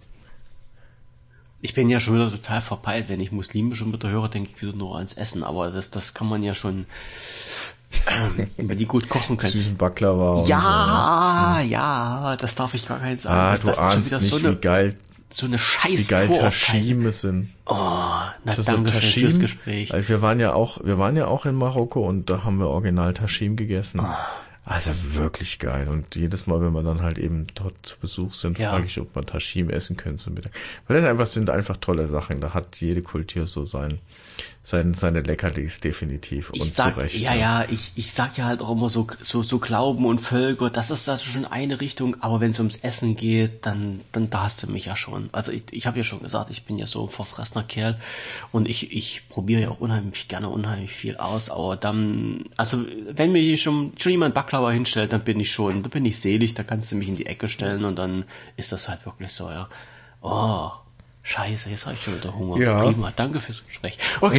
Ich bin ja schon wieder total verpeilt, wenn ich muslimische Mütter höre, denke ich wieder nur ans Essen, aber das kann man ja schon, wenn die gut kochen können. Süßen Baklava. Ja, das darf ich gar nicht sagen. Du ahnst nicht, wie geil Scheiß wie geil Taschime sind. Oh, danke schön fürs Gespräch. Also wir waren ja auch in Marokko und da haben wir original Taschim gegessen. Also wirklich geil. Und jedes Mal, wenn wir dann halt eben dort zu Besuch sind, frage ich, ob wir Tashim essen können zum Mittag. Weil das sind einfach tolle Sachen. Da hat jede Kultur so seine Leckerlis definitiv. Ich sag ja halt auch immer so Glauben und Völker, das ist da schon eine Richtung, aber wenn es ums Essen geht, dann da hast du mich ja schon. Also ich habe ja schon gesagt, ich bin ja so ein verfressener Kerl und ich probiere ja auch unheimlich viel aus, aber dann, also wenn mir hier schon jemand Baklava hinstellt, dann bin ich selig, da kannst du mich in die Ecke stellen und dann ist das halt wirklich so, ja. Oh, Scheiße, jetzt habe ich schon wieder Hunger. Ja. Prima, danke fürs Gespräch. Okay.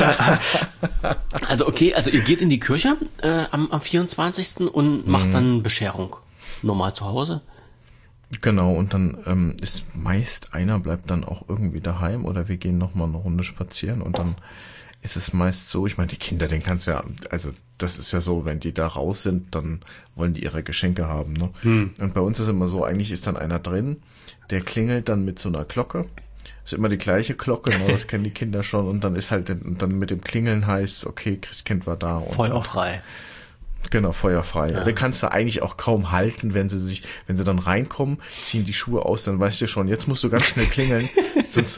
Also ihr geht in die Kirche am 24. und macht dann Bescherung. Normal zu Hause. Genau, und dann ist meist einer bleibt dann auch irgendwie daheim oder wir gehen nochmal eine Runde spazieren und dann ist es meist so, ich meine, die Kinder, den kannst ja, also das ist ja so, wenn die da raus sind, dann wollen die ihre Geschenke haben, ne? Und bei uns ist immer so, eigentlich ist dann einer drin, der klingelt dann mit so einer Glocke. Ist immer die gleiche Glocke, ne? Das kennen die Kinder schon und dann ist halt, dann mit dem Klingeln heißt, okay, Christkind war da. Und Feuerfrei. Genau, feuerfrei. Ja. Da kannst du eigentlich auch kaum halten, wenn sie dann reinkommen, ziehen die Schuhe aus, dann weißt du schon, jetzt musst du ganz schnell klingeln, sonst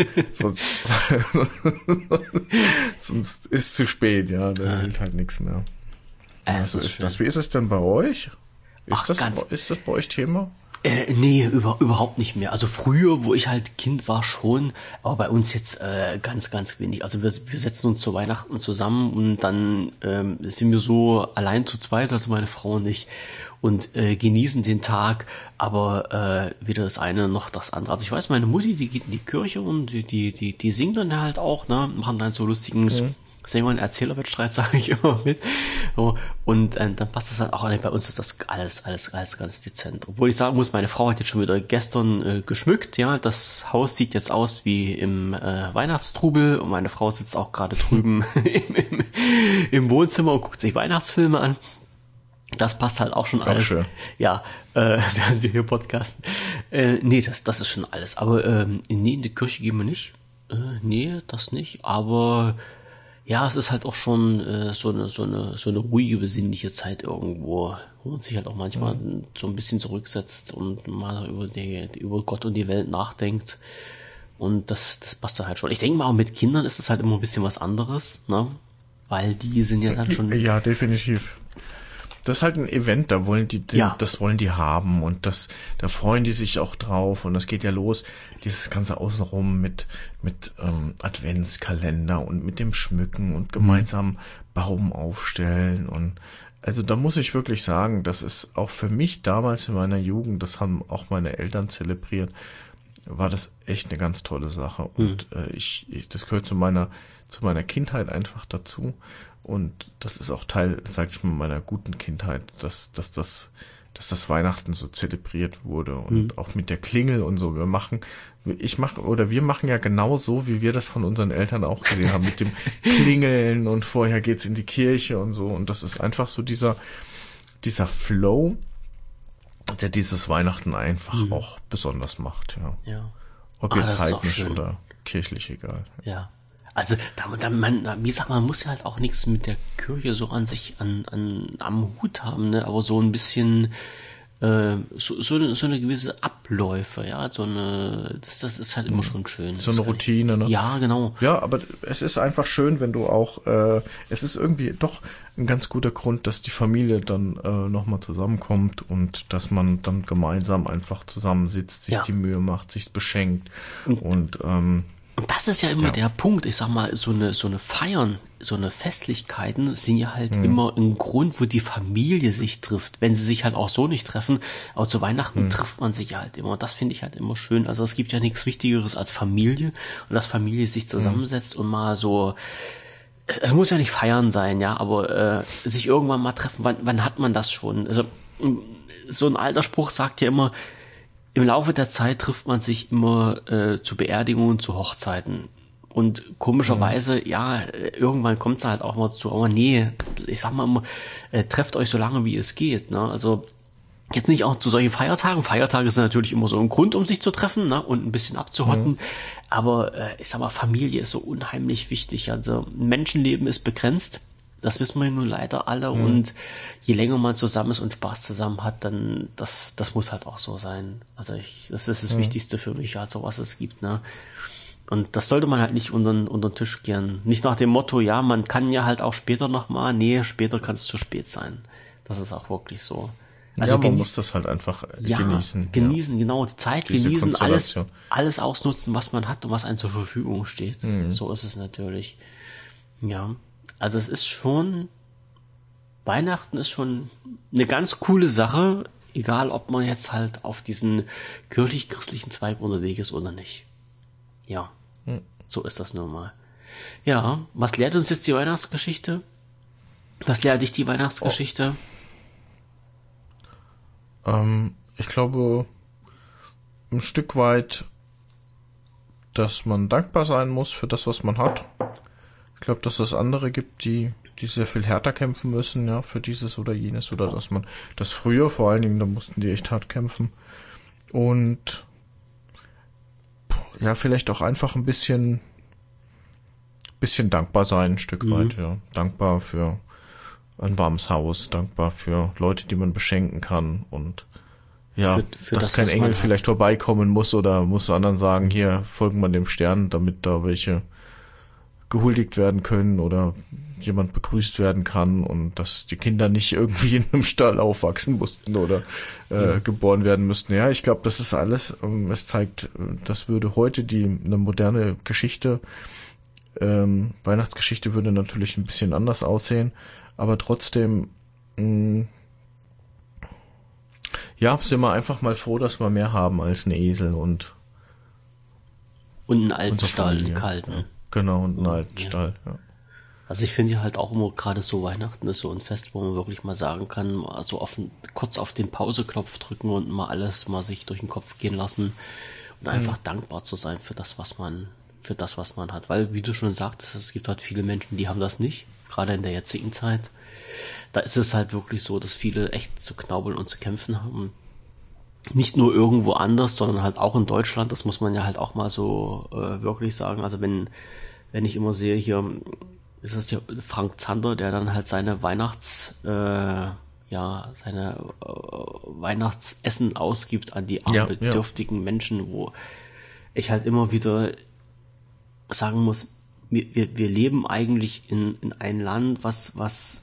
ist zu spät, ja, da hält halt nichts mehr. Also ist das. Wie ist es denn bei euch? Ist das bei euch Thema? Nee, überhaupt nicht mehr. Also früher, wo ich halt Kind war, schon, aber bei uns jetzt ganz, ganz wenig. Also wir setzen uns zu Weihnachten zusammen und dann sind wir so allein zu zweit, also meine Frau und ich, und genießen den Tag, aber weder das eine noch das andere. Also ich weiß, meine Mutti, die geht in die Kirche und die singt dann halt auch, ne, machen dann so lustigen Sänger- und Erzählerwettstreit, sage ich immer mit. So, und dann passt das halt auch. Bei uns ist das alles ganz dezent. Obwohl ich sagen muss, meine Frau hat jetzt schon wieder gestern geschmückt. Ja, das Haus sieht jetzt aus wie im Weihnachtstrubel und meine Frau sitzt auch gerade drüben im Wohnzimmer und guckt sich Weihnachtsfilme an. Das passt halt auch schon alles. Schön. Ja, während wir hier podcasten. Nee, das ist schon alles. Aber nee, in die Kirche gehen wir nicht. Nee, das nicht. Aber ja, es ist halt auch schon so eine ruhige, besinnliche Zeit irgendwo, wo man sich halt auch manchmal so ein bisschen zurücksetzt und mal über Gott und die Welt nachdenkt. Und das passt dann halt schon. Ich denke mal, auch mit Kindern ist es halt immer ein bisschen was anderes, ne? Weil die sind ja dann schon... Ja, definitiv. Das ist halt ein Event, das wollen die haben und da freuen die sich auch drauf und das geht ja los, dieses ganze Außenrum mit Adventskalender und mit dem Schmücken und gemeinsam Baum aufstellen und also da muss ich wirklich sagen, das ist auch für mich damals in meiner Jugend, das haben auch meine Eltern zelebriert, war das echt eine ganz tolle Sache und das gehört zu meiner Kindheit einfach dazu. Und das ist auch Teil, sag ich mal, meiner guten Kindheit, dass das Weihnachten so zelebriert wurde und auch mit der Klingel und so. Wir machen ja genau so, wie wir das von unseren Eltern auch gesehen haben, mit dem Klingeln und vorher geht's in die Kirche und so. Und das ist einfach so dieser Flow, der dieses Weihnachten einfach auch besonders macht, ja. Ob jetzt heidnisch oder kirchlich, egal. Ja. Also man muss ja halt auch nichts mit der Kirche so an sich am Hut haben, ne? Aber so ein bisschen so eine gewisse Abläufe, ja, das ist halt immer schon schön. So eine Routine, ne? Ja, genau. Ja, aber es ist einfach schön, wenn du auch, es ist irgendwie doch ein ganz guter Grund, dass die Familie dann nochmal zusammenkommt und dass man dann gemeinsam einfach zusammensitzt, sich die Mühe macht, sich beschenkt und das ist ja immer der Punkt. Ich sag mal, so eine Feiern, so eine Festlichkeiten sind ja halt immer ein Grund, wo die Familie sich trifft. Wenn sie sich halt auch so nicht treffen, aber zu Weihnachten trifft man sich ja halt immer. Und das finde ich halt immer schön. Also es gibt ja nichts Wichtigeres als Familie und dass Familie sich zusammensetzt und mal so, es muss ja nicht feiern sein, ja, aber sich irgendwann mal treffen. Wann hat man das schon? Also so ein alter Spruch sagt ja immer, im Laufe der Zeit trifft man sich immer zu Beerdigungen, zu Hochzeiten. Und komischerweise, irgendwann kommt es halt auch mal zu, aber nee, ich sag mal immer, trefft euch so lange, wie es geht. Ne? Also jetzt nicht auch zu solchen Feiertagen. Feiertage sind natürlich immer so ein Grund, um sich zu treffen, ne? Und ein bisschen abzuhotten. Aber ich sag mal, Familie ist so unheimlich wichtig. Also Menschenleben ist begrenzt. Das wissen wir ja nun leider alle und je länger man zusammen ist und Spaß zusammen hat, dann das muss halt auch so sein. Also das ist das Wichtigste für mich, also was es gibt, ne? Und das sollte man halt nicht unter den Tisch kehren. Nicht nach dem Motto, ja, man kann ja halt auch später nochmal, nee, später kann es zu spät sein. Das ist auch wirklich so. Also man muss das halt einfach genießen. Genießen, genau, die Zeit genießen, alles ausnutzen, was man hat und was einem zur Verfügung steht. So ist es natürlich. Ja, also es ist schon, Weihnachten ist schon eine ganz coole Sache, egal ob man jetzt halt auf diesen kirchlich-christlichen Zweig unterwegs ist oder nicht. Ja, so ist das nun mal. Ja, was lehrt uns jetzt die Weihnachtsgeschichte? Was lehrt dich die Weihnachtsgeschichte? Ich glaube, ein Stück weit, dass man dankbar sein muss für das, was man hat. Ich glaube, dass es andere gibt, die sehr viel härter kämpfen müssen, ja, für dieses oder jenes, oder dass man das früher, vor allen Dingen, da mussten die echt hart kämpfen. Und ja, vielleicht auch einfach ein bisschen dankbar sein, ein Stück weit, ja. Dankbar für ein warmes Haus, dankbar für Leute, die man beschenken kann und ja, für dass kein Engel vielleicht vorbeikommen muss oder muss anderen sagen, hier folgen wir dem Stern, damit da welche gehuldigt werden können oder jemand begrüßt werden kann und dass die Kinder nicht irgendwie in einem Stall aufwachsen mussten oder geboren werden müssten. Ja, ich glaube, das ist alles. Es zeigt, das würde heute eine moderne Geschichte, Weihnachtsgeschichte würde natürlich ein bisschen anders aussehen, aber trotzdem, ja, sind wir einfach mal froh, dass wir mehr haben als einen Esel und einen alten Stall, einen kalten. Ja, genau, und einen alten Stall, ja. Also ich finde ja halt auch immer, gerade so Weihnachten ist so ein Fest, wo man wirklich mal sagen kann, also kurz auf den Pauseknopf drücken und mal alles mal sich durch den Kopf gehen lassen und einfach dankbar zu sein für das, was man hat. Weil, wie du schon sagtest, es gibt halt viele Menschen, die haben das nicht, gerade in der jetzigen Zeit. Da ist es halt wirklich so, dass viele echt zu knaubeln und zu kämpfen haben. Nicht nur irgendwo anders, sondern halt auch in Deutschland. Das muss man ja halt auch mal so wirklich sagen. Also wenn ich immer sehe, hier ist es der Frank Zander, der dann halt seine Weihnachtsessen ausgibt an die armen, bedürftigen Menschen, wo ich halt immer wieder sagen muss, wir leben eigentlich in ein Land, was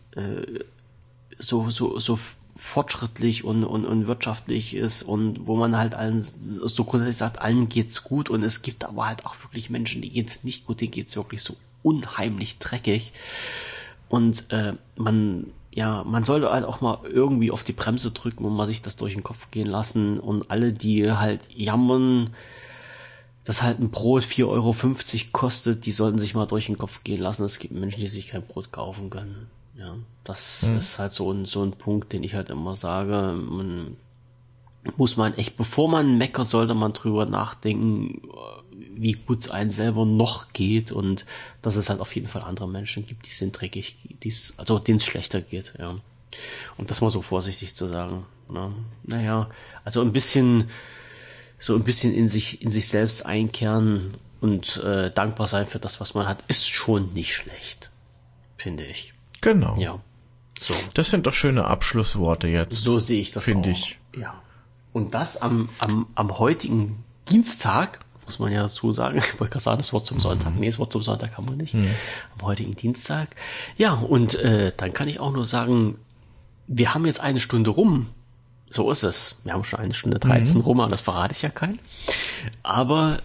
so fortschrittlich und wirtschaftlich ist und wo man halt allen, so grundsätzlich sagt, allen geht's gut und es gibt aber halt auch wirklich Menschen, denen geht's nicht gut, denen geht's wirklich so unheimlich dreckig und man sollte halt auch mal irgendwie auf die Bremse drücken und mal sich das durch den Kopf gehen lassen und alle, die halt jammern, dass halt ein Brot 4,50 Euro kostet, die sollten sich mal durch den Kopf gehen lassen. Es gibt Menschen, die sich kein Brot kaufen können. Ja, das ist halt so ein Punkt, den ich halt immer sage. Muss man echt, bevor man meckert, sollte man drüber nachdenken, wie gut es einem selber noch geht und dass es halt auf jeden Fall andere Menschen gibt, die sind dreckig, denen es schlechter geht, ja. Und das mal so vorsichtig zu sagen. Ne? Naja, also ein bisschen in sich selbst einkehren und dankbar sein für das, was man hat, ist schon nicht schlecht, finde ich. Genau. Ja. So. Das sind doch schöne Abschlussworte jetzt. So sehe ich das finde auch. Ich. Ja. Und das am heutigen Dienstag, muss man ja dazu sagen. Ich wollte gerade sagen, das Wort zum Sonntag. Nee, das Wort zum Sonntag kann man nicht. Am heutigen Dienstag. Ja, und dann kann ich auch nur sagen, wir haben jetzt 1 Stunde rum. So ist es. Wir haben schon 1 Stunde 13 rum, aber das verrate ich ja keinen. Aber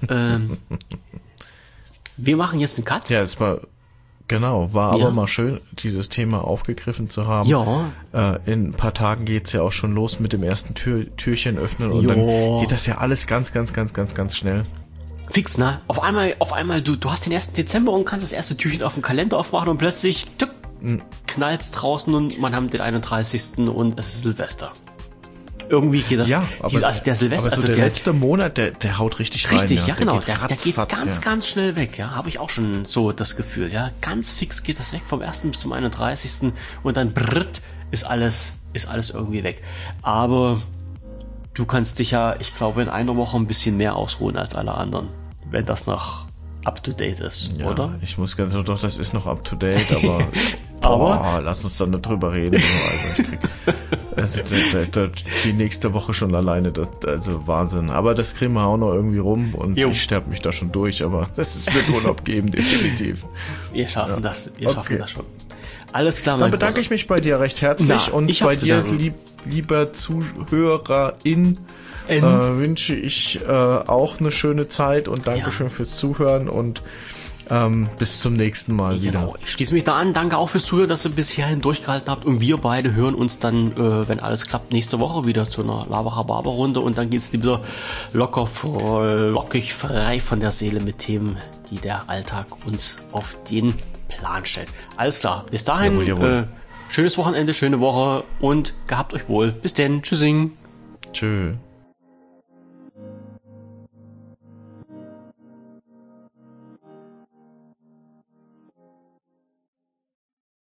wir machen jetzt einen Cut. Ja, es war aber mal schön, dieses Thema aufgegriffen zu haben. Ja. In ein paar Tagen geht's ja auch schon los mit dem ersten Türchen öffnen und dann geht das ja alles ganz, ganz, ganz, ganz, ganz schnell. Fix, ne? Auf einmal, du hast den 1. Dezember und kannst das erste Türchen auf dem Kalender aufmachen und plötzlich knallt's draußen und man hat den 31. und es ist Silvester. Irgendwie geht das. Ja, aber der Silvester, aber so der letzte Monat, der haut richtig rein. Richtig, ja genau. Der geht ganz, ganz schnell weg. Ja, habe ich auch schon so das Gefühl. Ja, ganz fix geht das weg vom 1. bis zum 31. und dann ist alles irgendwie weg. Aber du kannst dich ja, ich glaube, in einer Woche ein bisschen mehr ausruhen als alle anderen, wenn das noch up to date ist, ja, oder? Ich muss doch, das ist noch up to date, aber Aber lass uns dann nicht drüber reden. Also ich krieg die nächste Woche schon alleine, also Wahnsinn. Aber das kriegen wir auch noch irgendwie rum und ich sterbe mich da schon durch, aber es wird Urlaub geben, definitiv. Wir schaffen das, schaffen das schon. Alles klar, Dann bedanke ich mich bei dir recht herzlich und bei dir, lieber Zuhörerin, wünsche ich auch eine schöne Zeit und Dankeschön fürs Zuhören und bis zum nächsten Mal wieder. Genau, ich schließe mich da an. Danke auch fürs Zuhören, dass ihr bis hierhin durchgehalten habt und wir beide hören uns dann, wenn alles klappt, nächste Woche wieder zu einer Laber-Haber-Runde und dann geht's wieder lockig frei von der Seele mit Themen, die der Alltag uns auf den Plan stellt. Alles klar, bis dahin, jawohl. Schönes Wochenende, schöne Woche und gehabt euch wohl. Bis denn, tschüssing. Tschö.